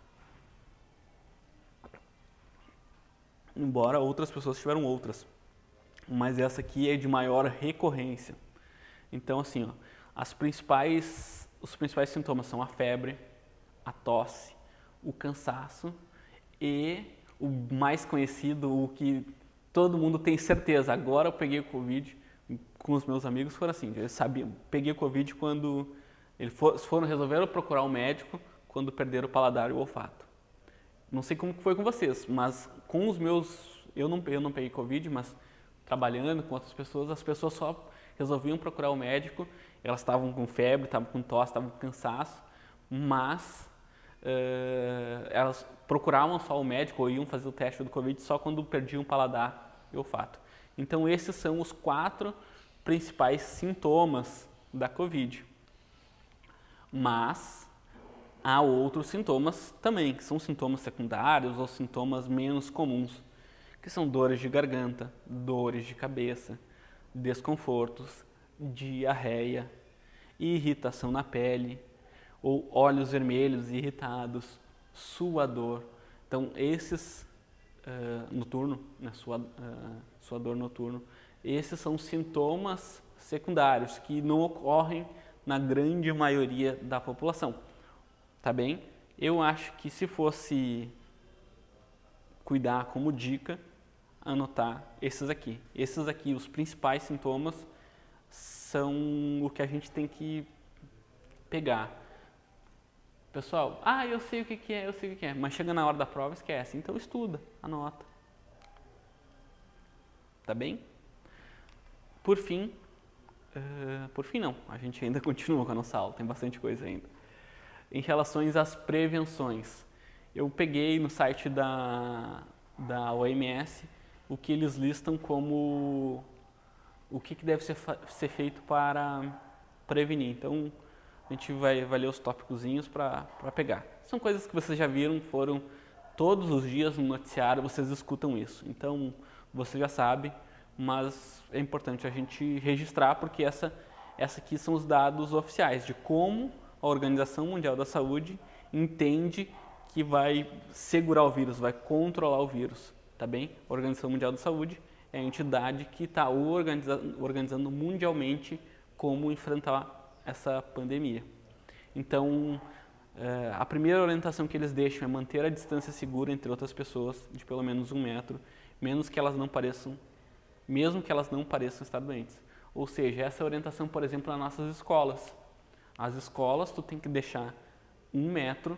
A: Embora outras pessoas tiveram outras, mas essa aqui é de maior recorrência. Então, assim, os principais sintomas são a febre, a tosse, o cansaço e o mais conhecido, o que todo mundo tem certeza. Agora eu peguei o Covid, com os meus amigos foram assim, eles sabiam, peguei o Covid quando eles resolveram procurar um médico quando perderam o paladar e o olfato. Não sei como foi com vocês, mas com os meus, eu não peguei Covid, mas trabalhando com outras pessoas, as pessoas só resolviam procurar o médico, elas estavam com febre, estavam com tosse, estavam com cansaço, mas elas procuravam só o médico ou iam fazer o teste do Covid só quando perdiam o paladar e o olfato. Então esses são os 4 principais sintomas da Covid. Mas há outros sintomas também, que são sintomas secundários ou sintomas menos comuns, que são dores de garganta, dores de cabeça, desconfortos, diarreia, irritação na pele, ou olhos vermelhos irritados, suador. Então, esses noturno, né, suador noturno, esses são sintomas secundários que não ocorrem na grande maioria da população. Tá bem? Eu acho que se fosse cuidar como dica, anotar esses aqui. Esses aqui, os principais sintomas, são o que a gente tem que pegar. Pessoal, eu sei o que é, eu sei o que é, mas chega na hora da prova, esquece. Então estuda, anota. Tá bem? Por fim não, a gente ainda continua com a nossa aula, tem bastante coisa ainda. Em relação às prevenções, eu peguei no site da OMS o que eles listam como o que deve ser feito para prevenir. Então, a gente vai ler os tópicozinhos para pegar. São coisas que vocês já viram, foram todos os dias no noticiário, vocês escutam isso. Então, você já sabe, mas é importante a gente registrar, porque essa aqui são os dados oficiais de como a Organização Mundial da Saúde entende que vai segurar o vírus, vai controlar o vírus, tá bem? A Organização Mundial da Saúde é a entidade que está organizando mundialmente como enfrentar essa pandemia. Então, a primeira orientação que eles deixam é manter a distância segura entre outras pessoas de pelo menos 1 metro, mesmo que elas não pareçam estar doentes. Ou seja, essa é a orientação, por exemplo, nas nossas escolas. As escolas, tu tem que deixar 1 metro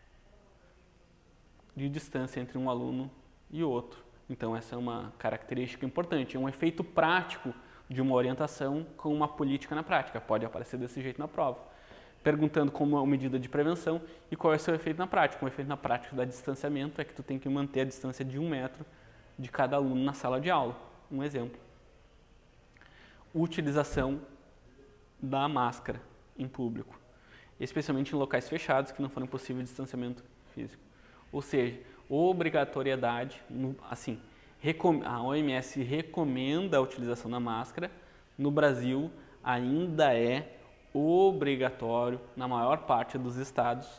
A: de distância entre um aluno e outro. Então, essa é uma característica importante, é um efeito prático de uma orientação com uma política na prática. Pode aparecer desse jeito na prova. Perguntando como é uma medida de prevenção e qual é o seu efeito na prática. O efeito na prática da distanciamento é que tu tem que manter a distância de 1 metro de cada aluno na sala de aula. Um exemplo. Utilização da máscara em público, especialmente em locais fechados que não forem possível distanciamento físico. Ou seja, obrigatoriedade, assim, a OMS recomenda a utilização da máscara, no Brasil ainda é obrigatório na maior parte dos estados,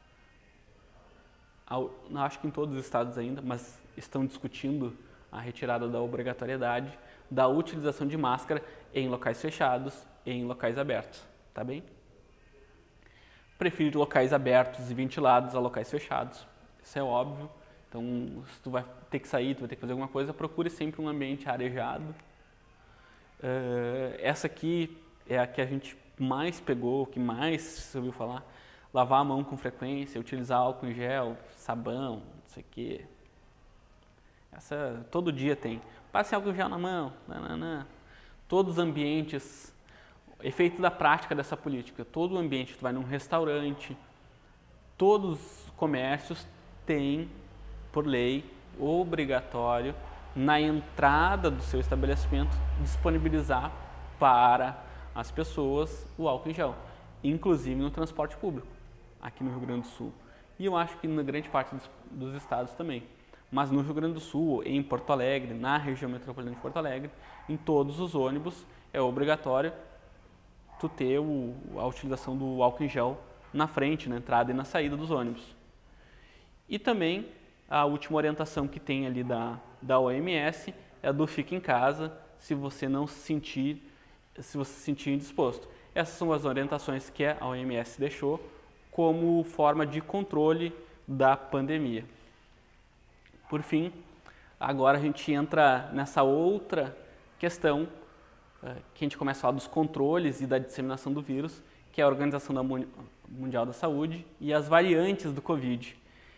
A: acho que em todos os estados ainda, mas estão discutindo a retirada da obrigatoriedade da utilização de máscara em locais fechados e em locais abertos, tá bem? Prefiro locais abertos e ventilados a locais fechados, isso é óbvio. Então, se tu vai ter que sair, tu vai ter que fazer alguma coisa, procure sempre um ambiente arejado. Essa aqui é a que a gente mais pegou, que mais você ouviu falar. Lavar a mão com frequência, utilizar álcool em gel, sabão, não sei o quê. Essa todo dia tem. Passe álcool em gel na mão, nananã. todos os ambientes, efeito da prática dessa política, todo o ambiente, tu vai num restaurante, todos os comércios têm, por lei, obrigatório, na entrada do seu estabelecimento, disponibilizar para as pessoas o álcool em gel, inclusive no transporte público, aqui no Rio Grande do Sul. E eu acho que na grande parte dos estados também. Mas no Rio Grande do Sul, em Porto Alegre, na região metropolitana de Porto Alegre, em todos os ônibus é obrigatório tu ter a utilização do álcool em gel na frente, na entrada e na saída dos ônibus. E também a última orientação que tem ali da OMS é a do fique em casa se você se sentir indisposto. Essas são as orientações que a OMS deixou como forma de controle da pandemia. Por fim, agora a gente entra nessa outra questão, que a gente começa a falar dos controles e da disseminação do vírus, que é a Organização Mundial da Saúde e as variantes do Covid.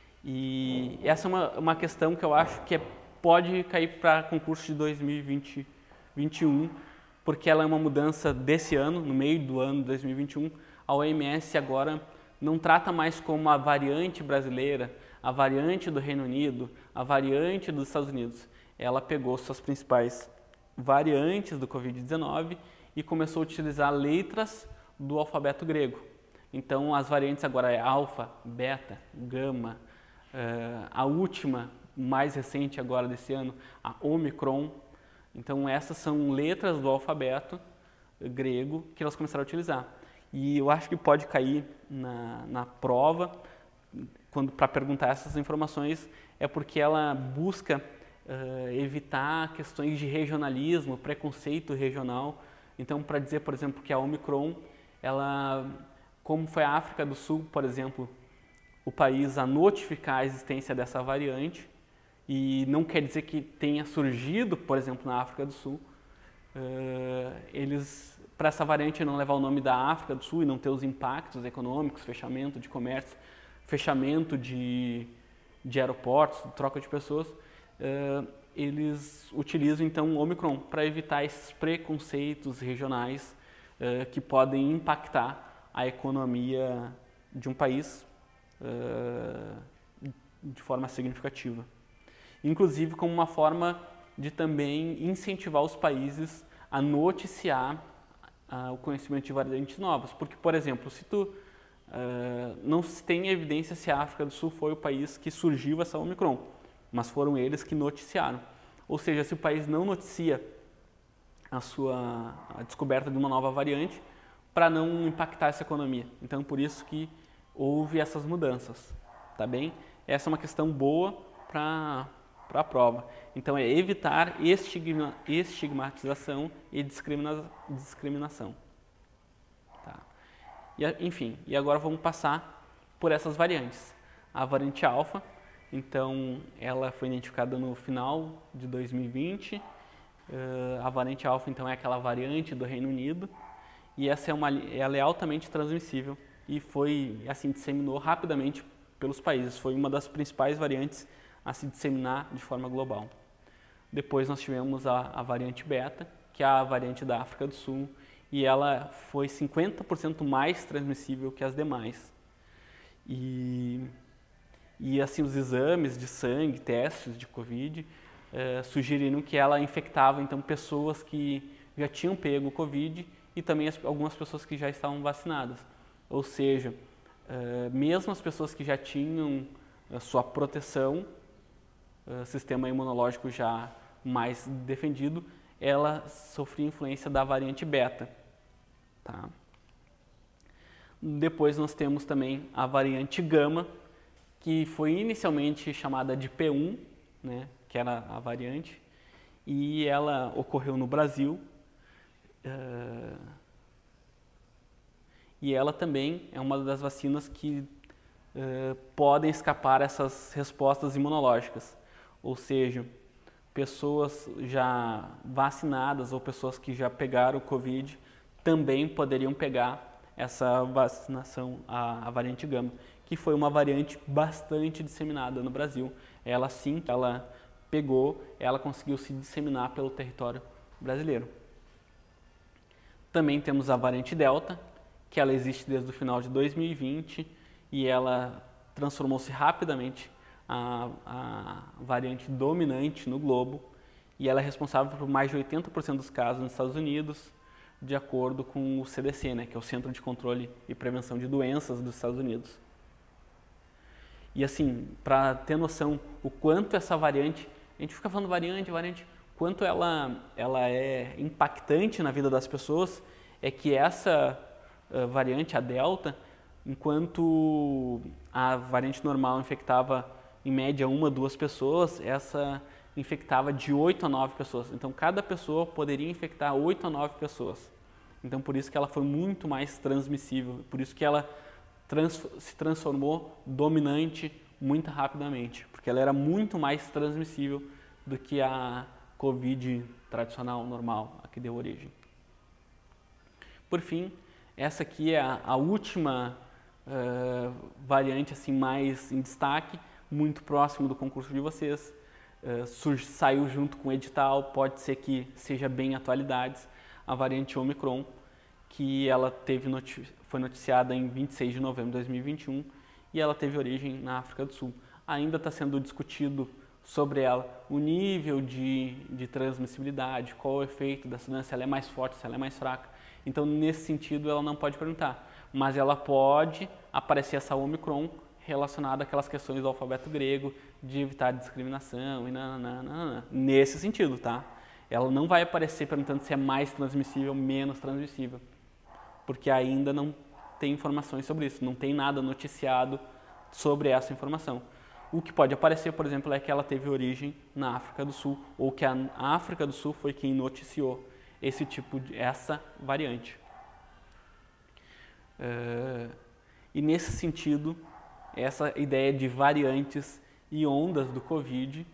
A: E essa é uma questão que eu acho que pode cair para concurso de 2020-2021, porque ela é uma mudança desse ano, no meio do ano de 2021. A OMS agora não trata mais como a variante brasileira, a variante do Reino Unido, a variante dos Estados Unidos. Ela pegou suas principais variantes do Covid-19 e começou a utilizar letras do alfabeto grego. Então, as variantes agora é alfa, beta, gama, a última, mais recente agora desse ano, a Omicron. Então, essas são letras do alfabeto grego que elas começaram a utilizar. E eu acho que pode cair na prova, para perguntar essas informações, é porque ela busca evitar questões de regionalismo, preconceito regional. Então, para dizer, por exemplo, que a Omicron, como foi a África do Sul, por exemplo, o país a notificar a existência dessa variante, e não quer dizer que tenha surgido, por exemplo, na África do Sul, para essa variante não levar o nome da África do Sul e não ter os impactos econômicos, fechamento de comércio, fechamento de aeroportos, troca de pessoas, eles utilizam então o Omicron para evitar esses preconceitos regionais que podem impactar a economia de um país de forma significativa. Inclusive como uma forma de também incentivar os países a noticiar o conhecimento de variantes novas. Porque, por exemplo, se não se tem evidência se a África do Sul foi o país que surgiu essa Omicron, mas foram eles que noticiaram. Ou seja, se o país não noticia a descoberta de uma nova variante, para não impactar essa economia. Então, por isso que houve essas mudanças, tá bem? Essa é uma questão boa para a prova. Então, é evitar estigmatização e discriminação. Tá. Enfim, e agora vamos passar por essas variantes. A variante alfa, então, ela foi identificada no final de 2020. A variante alfa, então, é aquela variante do Reino Unido. E ela é altamente transmissível e disseminou rapidamente pelos países. Foi uma das principais variantes a se disseminar de forma global. Depois nós tivemos a variante beta, que é a variante da África do Sul, e ela foi 50% mais transmissível que as demais. E assim, os exames de sangue, testes de Covid, sugeriram que ela infectava então pessoas que já tinham pego o Covid e também algumas pessoas que já estavam vacinadas. Ou seja, mesmo as pessoas que já tinham a sua proteção, sistema imunológico já mais defendido, ela sofria influência da variante beta. Tá? Depois nós temos também a variante gama, que foi inicialmente chamada de P1, né, que era a variante, e ela ocorreu no Brasil. E ela também é uma das vacinas que podem escapar essas respostas imunológicas. Ou seja, pessoas já vacinadas ou pessoas que já pegaram o Covid também poderiam pegar essa vacinação, a variante gama, que foi uma variante bastante disseminada no Brasil. Ela sim, ela pegou, ela conseguiu se disseminar pelo território brasileiro. Também temos a variante Delta, que ela existe desde o final de 2020 e ela transformou-se rapidamente a variante dominante no globo e ela é responsável por mais de 80% dos casos nos Estados Unidos, de acordo com o CDC, né, que é o Centro de Controle e Prevenção de Doenças dos Estados Unidos. E assim, para ter noção o quanto essa variante, a gente fica falando variante, quanto ela é impactante na vida das pessoas, é que essa variante, a Delta, enquanto a variante normal infectava em média 1 a 2 pessoas, essa infectava de 8 a 9 pessoas. Então, cada pessoa poderia infectar 8 a 9 pessoas. Então, por isso que ela foi muito mais transmissível, por isso que ela se transformou dominante muito rapidamente, porque ela era muito mais transmissível do que a Covid tradicional, normal, a que deu origem. Por fim, essa aqui é a última variante assim, mais em destaque, muito próximo do concurso de vocês, saiu junto com o edital, pode ser que seja bem atualidades, a variante Omicron, que ela foi noticiada em 26 de novembro de 2021 e ela teve origem na África do Sul. Ainda está sendo discutido sobre ela o nível de transmissibilidade, qual o efeito dessa doença, se ela é mais forte, se ela é mais fraca. Então, nesse sentido, ela não pode perguntar, mas ela pode aparecer essa Omicron relacionada àquelas questões do alfabeto grego, de evitar discriminação e nesse sentido, tá? Ela não vai aparecer perguntando se é mais transmissível ou menos transmissível, porque ainda não tem informações sobre isso, não tem nada noticiado sobre essa informação. O que pode aparecer, por exemplo, é que ela teve origem na África do Sul, ou que a África do Sul foi quem noticiou essa variante. E nesse sentido, essa ideia de variantes e ondas do Covid,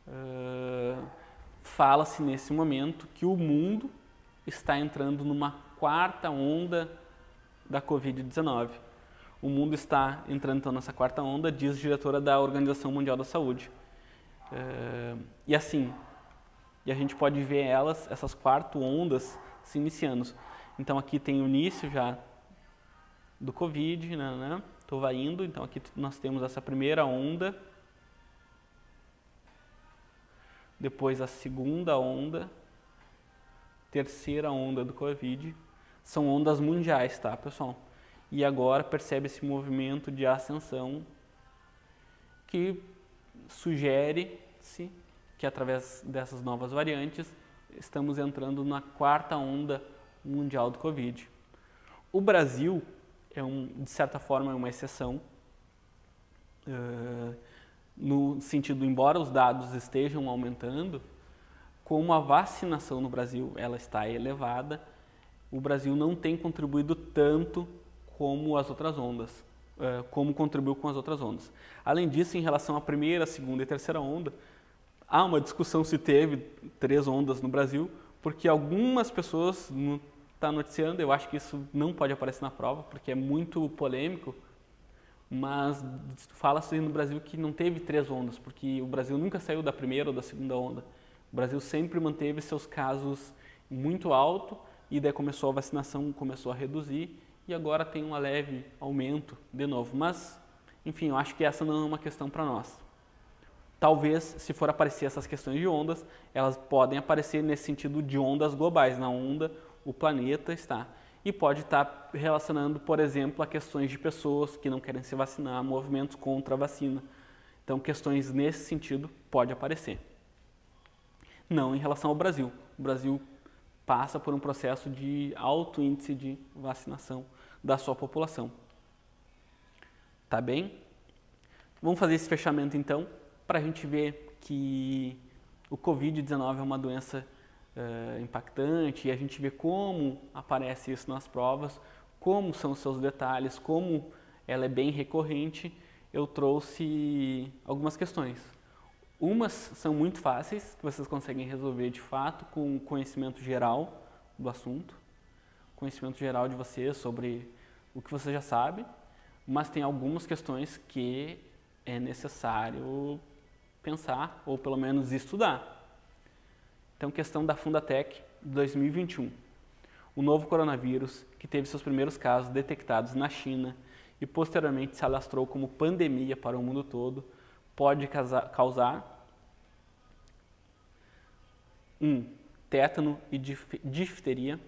A: fala-se nesse momento que o mundo está entrando numa quarta onda da Covid-19. O mundo está entrando então, nessa quarta onda, diz a diretora da Organização Mundial da Saúde. E assim, a gente pode ver essas quatro ondas se iniciando. Então aqui tem o início já do Covid, né? Vai indo, então aqui nós temos essa primeira onda, depois a segunda onda, terceira onda do Covid, são ondas mundiais, tá, pessoal? E agora percebe esse movimento de ascensão que sugere-se que através dessas novas variantes estamos entrando na quarta onda mundial do Covid. O Brasil de certa forma, é uma exceção, no sentido, embora os dados estejam aumentando, como a vacinação no Brasil ela está elevada, o Brasil não tem contribuído tanto como as outras ondas, como contribuiu com as outras ondas. Além disso, em relação à primeira, segunda e terceira onda, há uma discussão se teve 3 ondas no Brasil, porque algumas pessoas está noticiando, eu acho que isso não pode aparecer na prova, porque é muito polêmico, mas fala-se no Brasil que não teve 3 ondas, porque o Brasil nunca saiu da primeira ou da segunda onda. O Brasil sempre manteve seus casos muito alto e daí a vacinação começou a reduzir e agora tem um leve aumento de novo. Mas, enfim, eu acho que essa não é uma questão para nós. Talvez, se for aparecer essas questões de ondas, elas podem aparecer nesse sentido de ondas globais, na onda o planeta está. E pode estar relacionando, por exemplo, a questões de pessoas que não querem se vacinar, movimentos contra a vacina. Então, questões nesse sentido pode aparecer. Não em relação ao Brasil. O Brasil passa por um processo de alto índice de vacinação da sua população. Tá bem? Vamos fazer esse fechamento então, para a gente ver que o Covid-19 é uma doença impactante e a gente vê como aparece isso nas provas, como são os seus detalhes, como ela é bem recorrente. Eu trouxe algumas questões. Umas são muito fáceis, que vocês conseguem resolver de fato com conhecimento geral do assunto, conhecimento geral de vocês sobre o que você já sabe, mas tem algumas questões que é necessário pensar ou pelo menos estudar. Então, questão da Fundatec 2021. O novo coronavírus, que teve seus primeiros casos detectados na China e posteriormente se alastrou como pandemia para o mundo todo, pode causar tétano e difteria,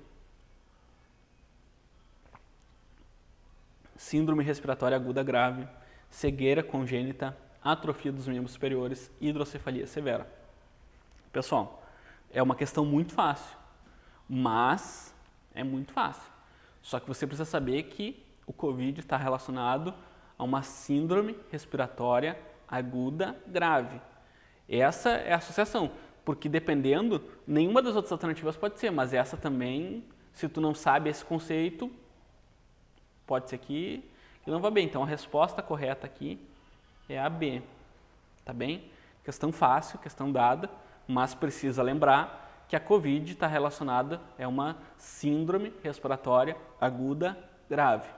A: síndrome respiratória aguda grave, cegueira congênita, atrofia dos membros superiores e hidrocefalia severa. Pessoal, é uma questão muito fácil, mas é muito fácil. Só que você precisa saber que o COVID está relacionado a uma síndrome respiratória aguda grave. Essa é a associação, porque dependendo, nenhuma das outras alternativas pode ser, mas essa também, se tu não sabe esse conceito, pode ser que não vá bem. Então a resposta correta aqui é a B, tá bem? Questão fácil, questão dada, mas precisa lembrar que a COVID está relacionada a uma síndrome respiratória aguda grave.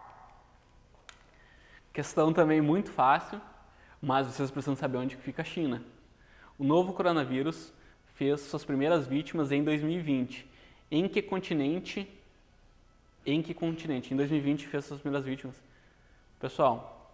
A: Questão também muito fácil, mas vocês precisam saber onde fica a China. O novo coronavírus fez suas primeiras vítimas em 2020. Em que continente? Em 2020 fez suas primeiras vítimas. Pessoal,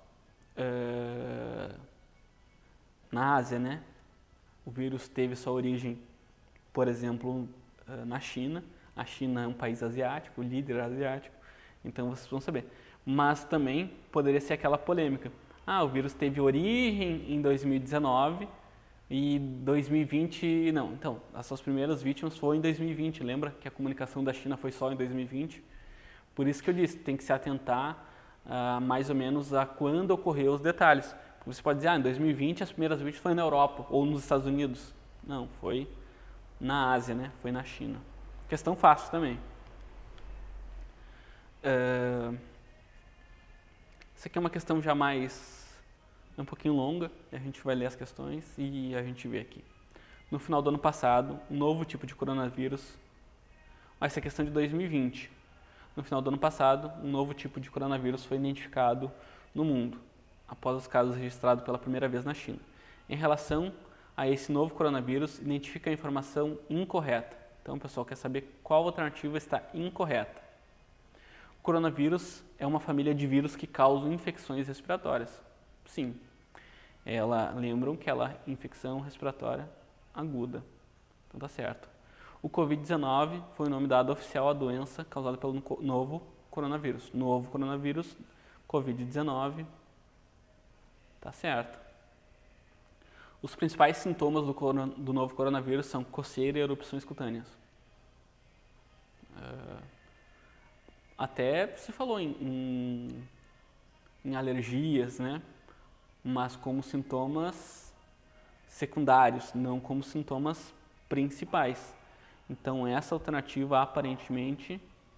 A: na Ásia, né? O vírus teve sua origem, por exemplo, na China. A China é um país asiático, líder asiático, então vocês vão saber. Mas também poderia ser aquela polêmica. O vírus teve origem em 2019 e 2020 não. Então, as suas primeiras vítimas foram em 2020. Lembra que a comunicação da China foi só em 2020? Por isso que eu disse, tem que se atentar mais ou menos a quando ocorreu os detalhes. Você pode dizer, em 2020 as primeiras vítimas foram na Europa ou nos Estados Unidos. Não, foi na Ásia, né? Foi na China. Questão fácil também. Essa aqui é uma questão já um pouquinho longa, a gente vai ler as questões e a gente vê aqui. No final do ano passado, um novo tipo de coronavírus, essa é a questão de 2020. No final do ano passado, um novo tipo de coronavírus foi identificado no mundo, após os casos registrados pela primeira vez na China. Em relação a esse novo coronavírus, identifica a informação incorreta. Então, o pessoal quer saber qual alternativa está incorreta. O coronavírus é uma família de vírus que causam infecções respiratórias. Sim, lembram que ela é infecção respiratória aguda. Então tá certo. O Covid-19 foi o nome dado oficial à doença causada pelo novo coronavírus. Novo coronavírus, Covid-19, tá certo. Os principais sintomas do novo coronavírus são coceira e erupções cutâneas. Até se falou em alergias, né? Mas como sintomas secundários, não como sintomas principais. Então essa alternativa aparentemente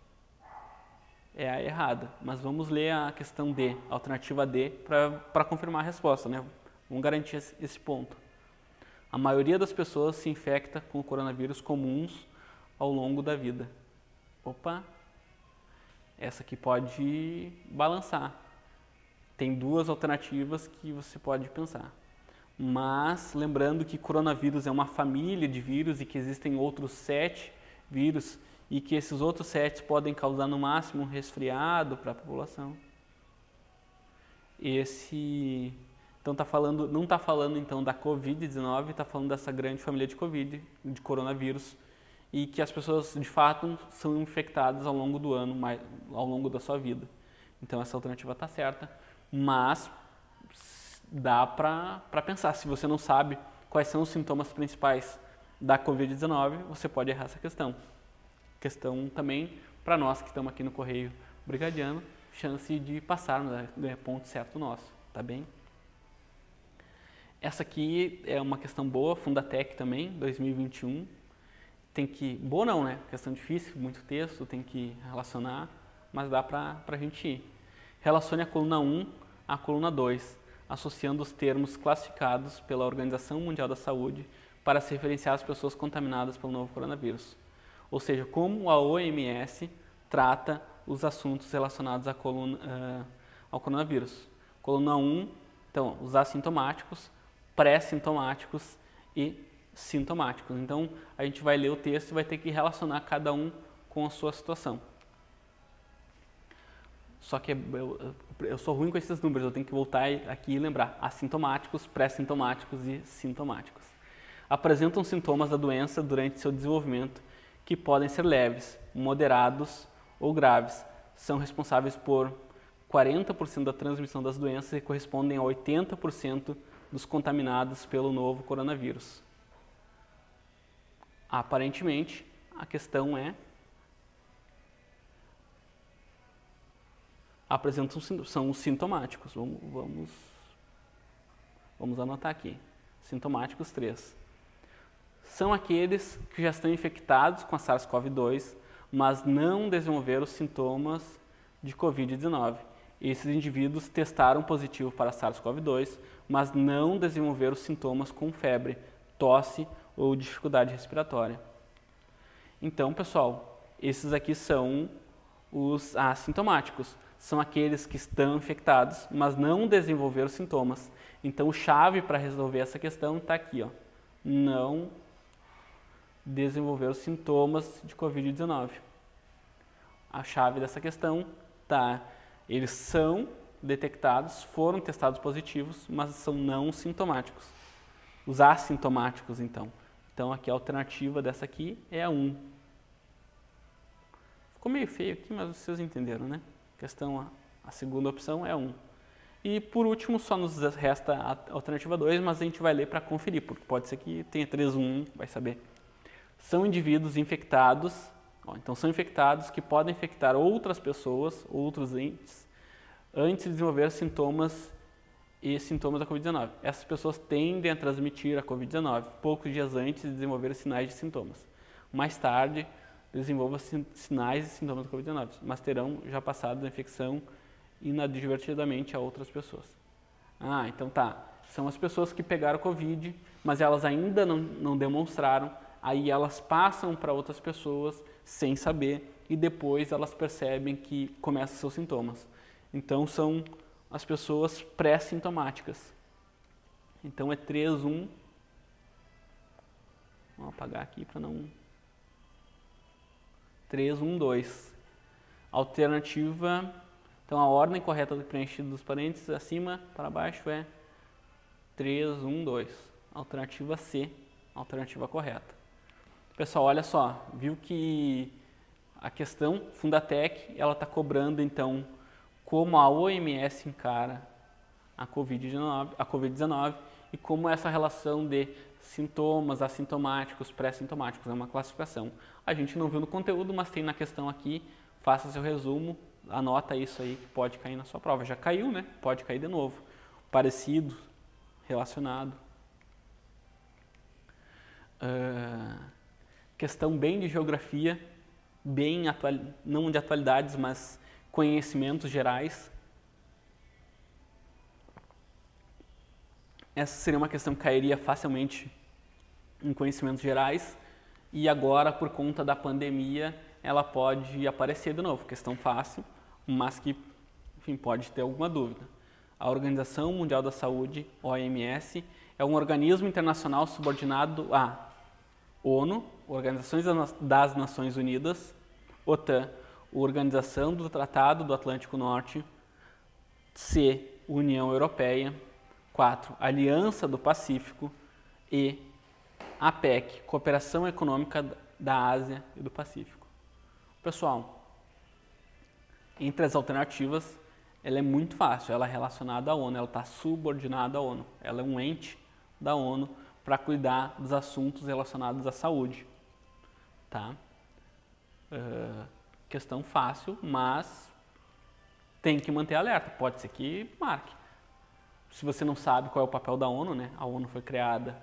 A: é a errada. Mas vamos ler a questão D, a alternativa D, para confirmar a resposta, né? Vamos garantir esse ponto. A maioria das pessoas se infecta com coronavírus comuns ao longo da vida. Opa! Essa aqui pode balançar. Tem duas alternativas que você pode pensar. Mas lembrando que coronavírus é uma família de vírus e que existem outros 7 vírus e que esses outros 7 podem causar no máximo um resfriado para a população. Então não está falando então da Covid-19, está falando dessa grande família de coronavírus, e que as pessoas de fato são infectadas ao longo do ano, ao longo da sua vida. Então essa alternativa está certa, mas dá para pensar. Se você não sabe quais são os sintomas principais da Covid-19, você pode errar essa questão. Questão também para nós que estamos aqui no Correio Brigadiano, chance de passarmos, ganhar ponto certo nosso, tá bem? Essa aqui é uma questão boa, Fundatec também, 2021. Boa não, né? Questão difícil, muito texto, tem que relacionar, mas dá para a gente ir. Relacione a coluna 1 à coluna 2, associando os termos classificados pela Organização Mundial da Saúde para se referenciar às pessoas contaminadas pelo novo coronavírus. Ou seja, como a OMS trata os assuntos relacionados ao coronavírus. Coluna 1, então, os assintomáticos, pré-sintomáticos e sintomáticos. Então, a gente vai ler o texto e vai ter que relacionar cada um com a sua situação. Só que eu sou ruim com esses números, eu tenho que voltar aqui e lembrar. Assintomáticos, pré-sintomáticos e sintomáticos. Apresentam sintomas da doença durante seu desenvolvimento que podem ser leves, moderados ou graves. São responsáveis por 40% da transmissão das doenças e correspondem a 80% dos contaminados pelo novo coronavírus. Aparentemente, a questão é: são os sintomáticos. Vamos anotar aqui. Sintomáticos 3. São aqueles que já estão infectados com a SARS-CoV-2, mas não desenvolveram sintomas de Covid-19. Esses indivíduos testaram positivo para SARS-CoV-2, mas não desenvolveram sintomas com febre, tosse ou dificuldade respiratória. Então, pessoal, esses aqui são os assintomáticos. São aqueles que estão infectados, mas não desenvolveram sintomas. Então, chave para resolver essa questão está aqui, ó. Não desenvolveram sintomas de Covid-19. A chave dessa questão está: eles são detectados, foram testados positivos, mas são não sintomáticos. Os assintomáticos, então. Então, aqui a alternativa dessa aqui é a 1. Ficou meio feio aqui, mas vocês entenderam, né? A segunda opção é 1. E por último, só nos resta a alternativa 2, mas a gente vai ler para conferir, porque pode ser que tenha 3, 1, vai saber. São indivíduos infectados, então são infectados que podem infectar outras pessoas, outros entes, antes de desenvolver sintomas da Covid-19. Essas pessoas tendem a transmitir a Covid-19 poucos dias antes de desenvolver sinais de sintomas. Mais tarde, desenvolvam sinais e sintomas da Covid-19, mas terão já passado a infecção inadvertidamente a outras pessoas. Então tá. São as pessoas que pegaram Covid, mas elas ainda não demonstraram, aí elas passam para outras pessoas sem saber e depois elas percebem que começam seus sintomas. Então são as pessoas pré-sintomáticas. Então é 3, 1. Vou apagar aqui para não... 3, 1, 2. Alternativa... Então a ordem correta do preenchido dos parênteses acima para baixo é 3, 1, 2. Alternativa C, alternativa correta. Pessoal, olha só, viu que a questão Fundatec, ela está cobrando então como a OMS encara a Covid-19 e como essa relação de sintomas assintomáticos, pré-sintomáticos, é uma classificação. A gente não viu no conteúdo, mas tem na questão aqui, faça seu resumo, anota isso aí que pode cair na sua prova. Já caiu, né? Pode cair de novo. Parecido, relacionado. Questão bem de geografia, não de atualidades, mas conhecimentos gerais. Essa seria uma questão que cairia facilmente em conhecimentos gerais e agora, por conta da pandemia, ela pode aparecer de novo. Questão fácil, mas que, enfim, pode ter alguma dúvida. A Organização Mundial da Saúde, OMS, é um organismo internacional subordinado à ONU, Organizações das Nações Unidas, OTAN, Organização do Tratado do Atlântico Norte, C, União Europeia, 4, Aliança do Pacífico e APEC, Cooperação Econômica da Ásia e do Pacífico. Pessoal, entre as alternativas, ela é muito fácil, ela é relacionada à ONU, ela está subordinada à ONU, ela é um ente da ONU para cuidar dos assuntos relacionados à saúde. Tá? Questão fácil, mas tem que manter alerta, pode ser que marque. Se você não sabe qual é o papel da ONU, né? A ONU foi criada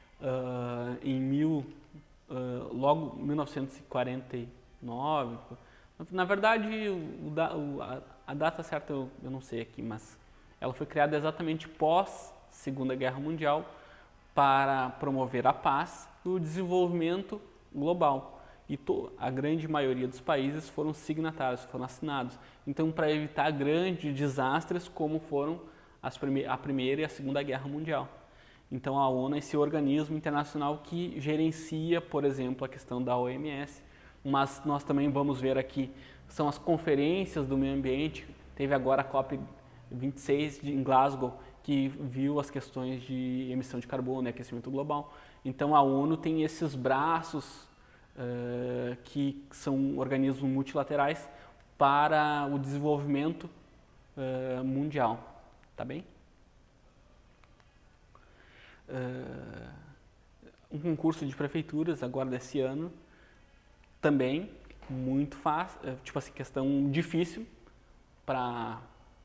A: logo em 1949. Na verdade, a data certa eu não sei aqui, mas ela foi criada exatamente pós Segunda Guerra Mundial para promover a paz e o desenvolvimento global. E a grande maioria dos países foram signatários, foram assinados. Então, para evitar grandes desastres como foram a Primeira e a Segunda Guerra Mundial. Então, a ONU é esse organismo internacional que gerencia, por exemplo, a questão da OMS, mas nós também vamos ver aqui, são as conferências do meio ambiente. Teve agora a COP26 em Glasgow, que viu as questões de emissão de carbono e aquecimento global. Então a ONU tem esses braços que são organismos multilaterais para o desenvolvimento mundial, tá bem? Um concurso de prefeituras agora desse ano, também muito fácil, tipo assim, questão difícil para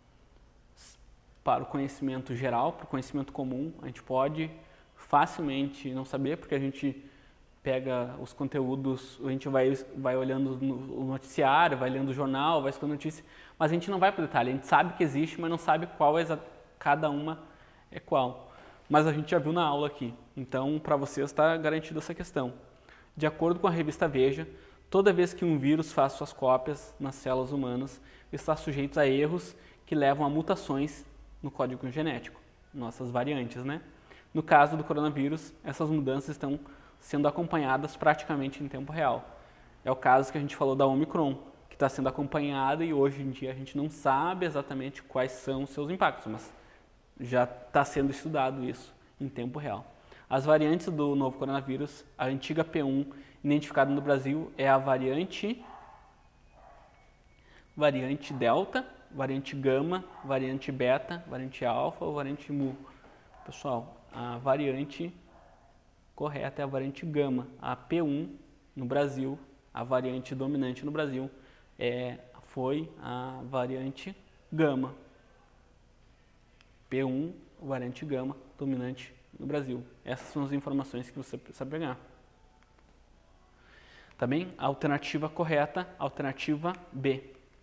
A: o conhecimento geral, para o conhecimento comum. A gente pode facilmente não saber, porque a gente pega os conteúdos, a gente vai olhando o noticiário, vai lendo o jornal, vai escutando notícia, mas a gente não vai para o detalhe. A gente sabe que existe, mas não sabe qual cada uma é qual. Mas a gente já viu na aula aqui, então para vocês está garantida essa questão. De acordo com a revista Veja, toda vez que um vírus faz suas cópias nas células humanas, está sujeito a erros que levam a mutações no código genético, nossas variantes, né? No caso do coronavírus, essas mudanças estão sendo acompanhadas praticamente em tempo real. É o caso que a gente falou da Omicron, que está sendo acompanhada e hoje em dia a gente não sabe exatamente quais são os seus impactos, mas já está sendo estudado isso em tempo real. As variantes do novo coronavírus, a antiga P1, identificada no Brasil, é a variante Delta, variante Gama, variante Beta, variante Alfa ou variante Mu. Pessoal, a variante correta é a variante Gama. A P1 no Brasil, a variante dominante no Brasil, foi a variante Gama. P1, variante Gama, dominante no Brasil. Essas são as informações que você precisa pegar. Tá bem? A alternativa correta, alternativa B.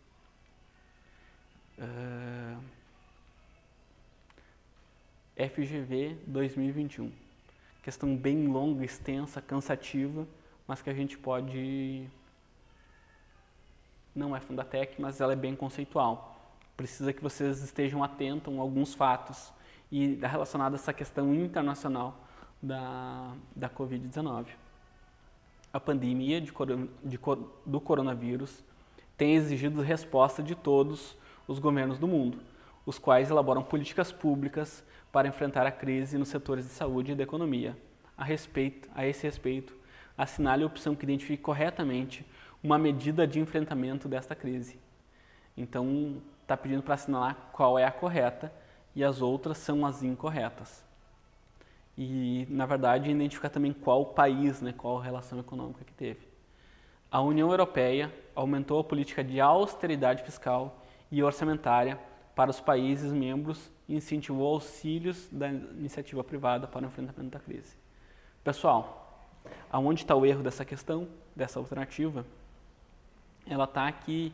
A: FGV 2021. Questão bem longa, extensa, cansativa, mas que a gente pode... Não é Fundatec, mas ela é bem conceitual. Precisa que vocês estejam atentos a alguns fatos e relacionados a essa questão internacional da Covid-19. A pandemia do coronavírus tem exigido resposta de todos os governos do mundo, os quais elaboram políticas públicas para enfrentar a crise nos setores de saúde e da economia. A esse respeito, assinale a opção que identifique corretamente uma medida de enfrentamento desta crise. Então, está pedindo para assinalar qual é a correta e as outras são as incorretas. E, na verdade, identificar também qual país, qual relação econômica que teve. A União Europeia aumentou a política de austeridade fiscal e orçamentária para os países membros e incentivou auxílios da iniciativa privada para o enfrentamento da crise. Pessoal, aonde está o erro dessa questão, dessa alternativa? Ela está aqui,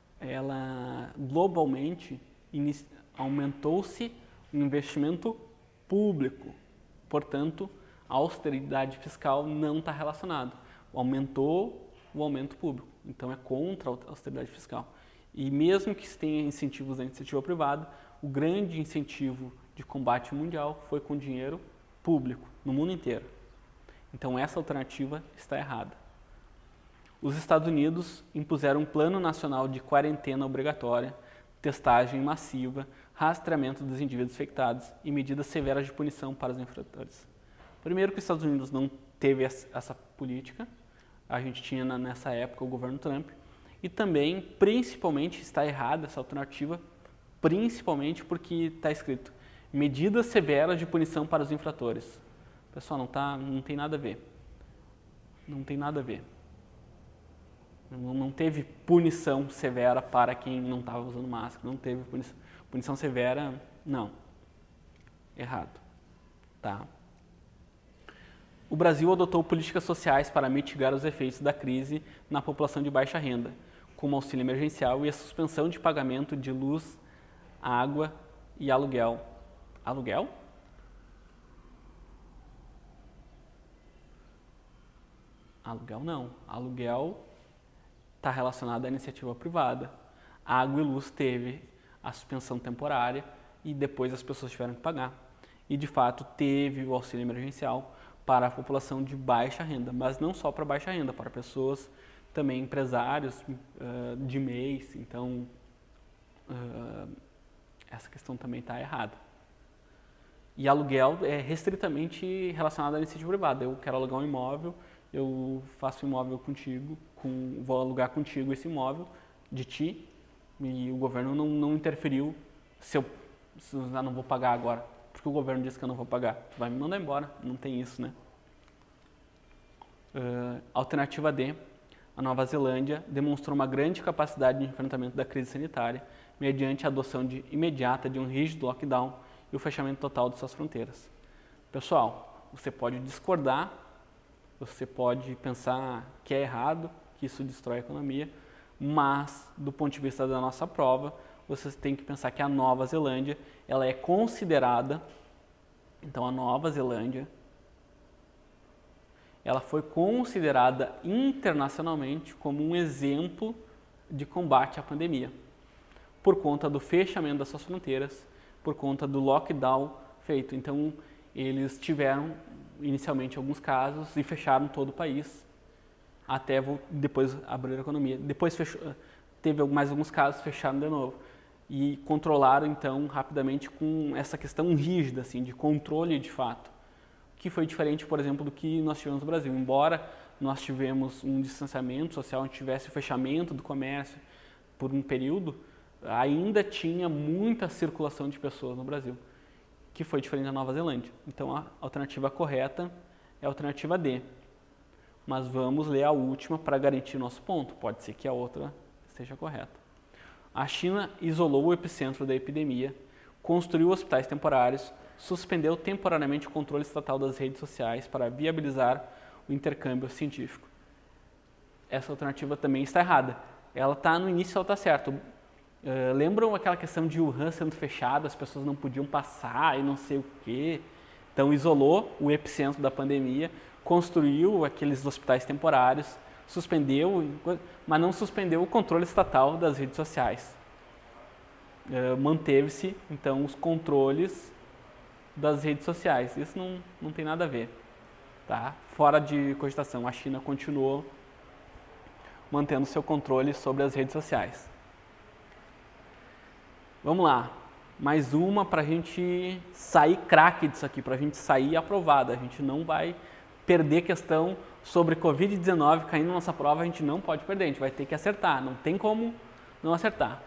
A: globalmente aumentou-se o investimento público, portanto, a austeridade fiscal não está relacionada. Aumentou o aumento público, então é contra a austeridade fiscal. E mesmo que se tenha incentivos da iniciativa privada, o grande incentivo de combate mundial foi com dinheiro público, no mundo inteiro. Então essa alternativa está errada. Os Estados Unidos impuseram um plano nacional de quarentena obrigatória, testagem massiva, rastreamento dos indivíduos infectados e medidas severas de punição para os infratores. Primeiro que os Estados Unidos não teve essa política, a gente tinha nessa época o governo Trump, e também, principalmente, está errada essa alternativa, principalmente porque está escrito medidas severas de punição para os infratores. Pessoal, não tem nada a ver. Não tem nada a ver. Não teve punição severa para quem não estava usando máscara, não teve punição severa, não. Errado. Tá? O Brasil adotou políticas sociais para mitigar os efeitos da crise na população de baixa renda, como auxílio emergencial e a suspensão de pagamento de luz, água e aluguel. Aluguel? Aluguel não. Aluguel está relacionado à iniciativa privada. Água e luz teve a suspensão temporária e depois as pessoas tiveram que pagar. E de fato teve o auxílio emergencial para a população de baixa renda, mas não só para baixa renda, para pessoas também empresários de mês, então essa questão também está errada. E aluguel é restritamente relacionado à iniciativa privada. Eu quero alugar um imóvel, eu faço um imóvel contigo, vou alugar contigo esse imóvel de ti, e o governo não interferiu se eu não vou pagar agora, porque o governo disse que eu não vou pagar. Tu vai me mandar embora, não tem isso, né? Alternativa D, a Nova Zelândia demonstrou uma grande capacidade de enfrentamento da crise sanitária mediante a adoção imediata de um rígido lockdown e o fechamento total de suas fronteiras. Pessoal, você pode discordar, você pode pensar que é errado, que isso destrói a economia, mas do ponto de vista da nossa prova, você tem que pensar que a Nova Zelândia, ela é considerada, então a Nova Zelândia, ela foi considerada internacionalmente como um exemplo de combate à pandemia, por conta do fechamento das suas fronteiras, por conta do lockdown feito. Então, eles tiveram inicialmente alguns casos e fecharam todo o país, até depois abrir a economia. Depois teve mais alguns casos, fecharam de novo. E controlaram, então, rapidamente com essa questão rígida, assim, de controle de fato, que foi diferente, por exemplo, do que nós tivemos no Brasil. Embora nós tivemos um distanciamento social, a gente tivesse o fechamento do comércio por um período, ainda tinha muita circulação de pessoas no Brasil, que foi diferente da Nova Zelândia. Então, a alternativa correta é a alternativa D. Mas vamos ler a última para garantir nosso ponto. Pode ser que a outra esteja correta. A China isolou o epicentro da epidemia, construiu hospitais temporários, suspendeu temporariamente o controle estatal das redes sociais para viabilizar o intercâmbio científico. Essa alternativa também está errada. Ela está no início, ela está certa. Lembram aquela questão de Wuhan sendo fechado, as pessoas não podiam passar e não sei o quê? Então isolou o epicentro da pandemia, construiu aqueles hospitais temporários, suspendeu, mas não suspendeu o controle estatal das redes sociais. Manteve-se, então, os controles das redes sociais. Isso não tem nada a ver. Tá? Fora de cogitação, a China continuou mantendo seu controle sobre as redes sociais. Vamos lá, mais uma para a gente sair craque disso aqui, para a gente sair aprovado. A gente não vai perder questão sobre Covid-19 caindo na nossa prova, a gente não pode perder, a gente vai ter que acertar, não tem como não acertar.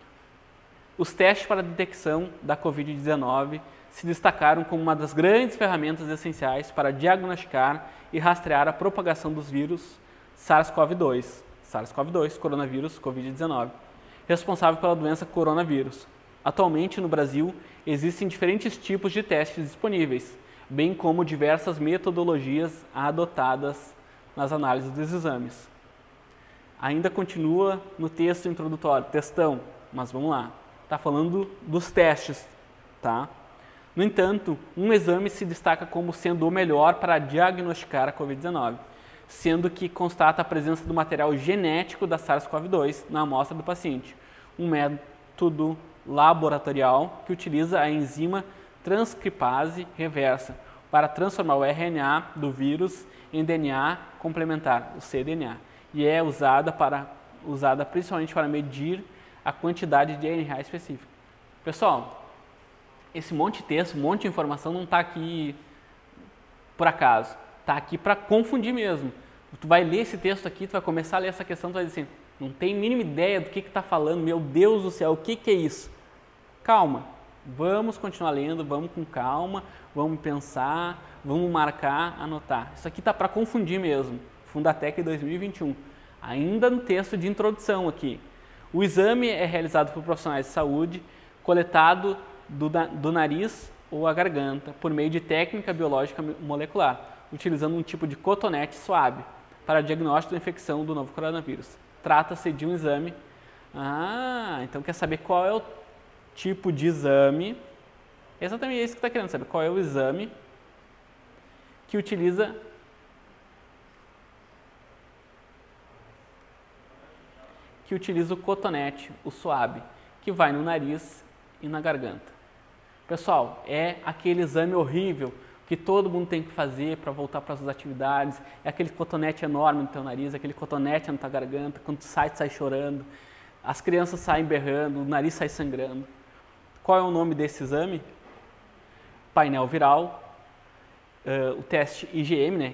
A: Os testes para a detecção da Covid-19 se destacaram como uma das grandes ferramentas essenciais para diagnosticar e rastrear a propagação dos vírus SARS-CoV-2, coronavírus Covid-19, responsável pela doença coronavírus. Atualmente, no Brasil, existem diferentes tipos de testes disponíveis, bem como diversas metodologias adotadas nas análises dos exames. Ainda continua no texto introdutório, textão, mas vamos lá. Está falando dos testes, tá? No entanto, um exame se destaca como sendo o melhor para diagnosticar a Covid-19, sendo que constata a presença do material genético da SARS-CoV-2 na amostra do paciente, um método laboratorial que utiliza a enzima transcripase reversa para transformar o RNA do vírus em DNA complementar, o cDNA, e é usada principalmente para medir a quantidade de RNA específica. Pessoal, esse monte de texto, um monte de informação não está aqui por acaso, está aqui para confundir mesmo. Tu vai ler esse texto aqui, tu vai começar a ler essa questão, tu vai dizer assim, não tem a mínima ideia do que está falando, meu Deus do céu, o que é isso? Calma, vamos continuar lendo, vamos com calma, vamos pensar, vamos marcar, anotar. Isso aqui está para confundir mesmo, Fundatec 2021, ainda no texto de introdução aqui. O exame é realizado por profissionais de saúde, coletado do nariz ou a garganta, por meio de técnica biológica molecular, utilizando um tipo de cotonete suave para diagnóstico da infecção do novo coronavírus. Trata-se de um exame. Então quer saber qual é o tipo de exame? Exatamente isso que está querendo saber. Qual é o exame que utiliza o cotonete, o suave, que vai no nariz e na garganta. Pessoal, é aquele exame horrível que todo mundo tem que fazer para voltar para as suas atividades. É aquele cotonete enorme no teu nariz, aquele cotonete na tua garganta, quando tu sai chorando, as crianças saem berrando, o nariz sai sangrando. Qual é o nome desse exame? Painel viral, o teste IgM, né?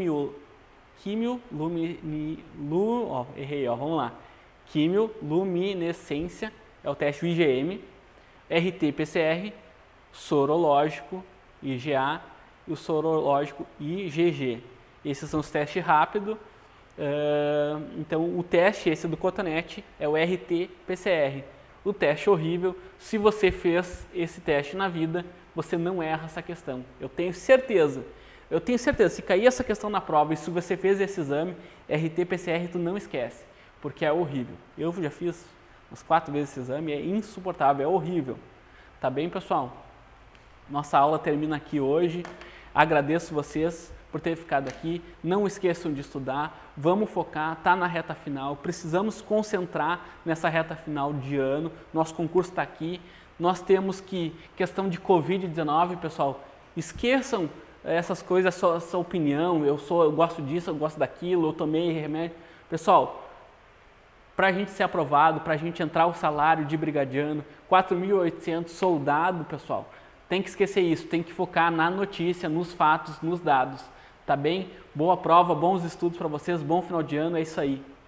A: Vamos lá. Quimioluminescência é o teste IgM, RT-PCR, sorológico, IgA e o sorológico IgG. Esses são os testes rápidos. Então, o teste esse do cotonete é o RT-PCR. O teste horrível, se você fez esse teste na vida, você não erra essa questão. Eu tenho certeza, se cair essa questão na prova e se você fez esse exame, RT-PCR, tu não esquece, porque é horrível. Eu já fiz umas 4 vezes esse exame, é insuportável, é horrível. Tá bem, pessoal? Nossa aula termina aqui hoje. Agradeço vocês por terem ficado aqui. Não esqueçam de estudar. Vamos focar, tá na reta final. Precisamos concentrar nessa reta final de ano. Nosso concurso está aqui. Nós temos questão de Covid-19, pessoal, esqueçam essas coisas, essa opinião, eu gosto disso, eu gosto daquilo, eu tomei remédio. Pessoal, para a gente ser aprovado, para a gente entrar o salário de brigadiano, 4.800 soldado, pessoal, tem que esquecer isso, tem que focar na notícia, nos fatos, nos dados, tá bem? Boa prova, bons estudos para vocês, bom final de ano, é isso aí.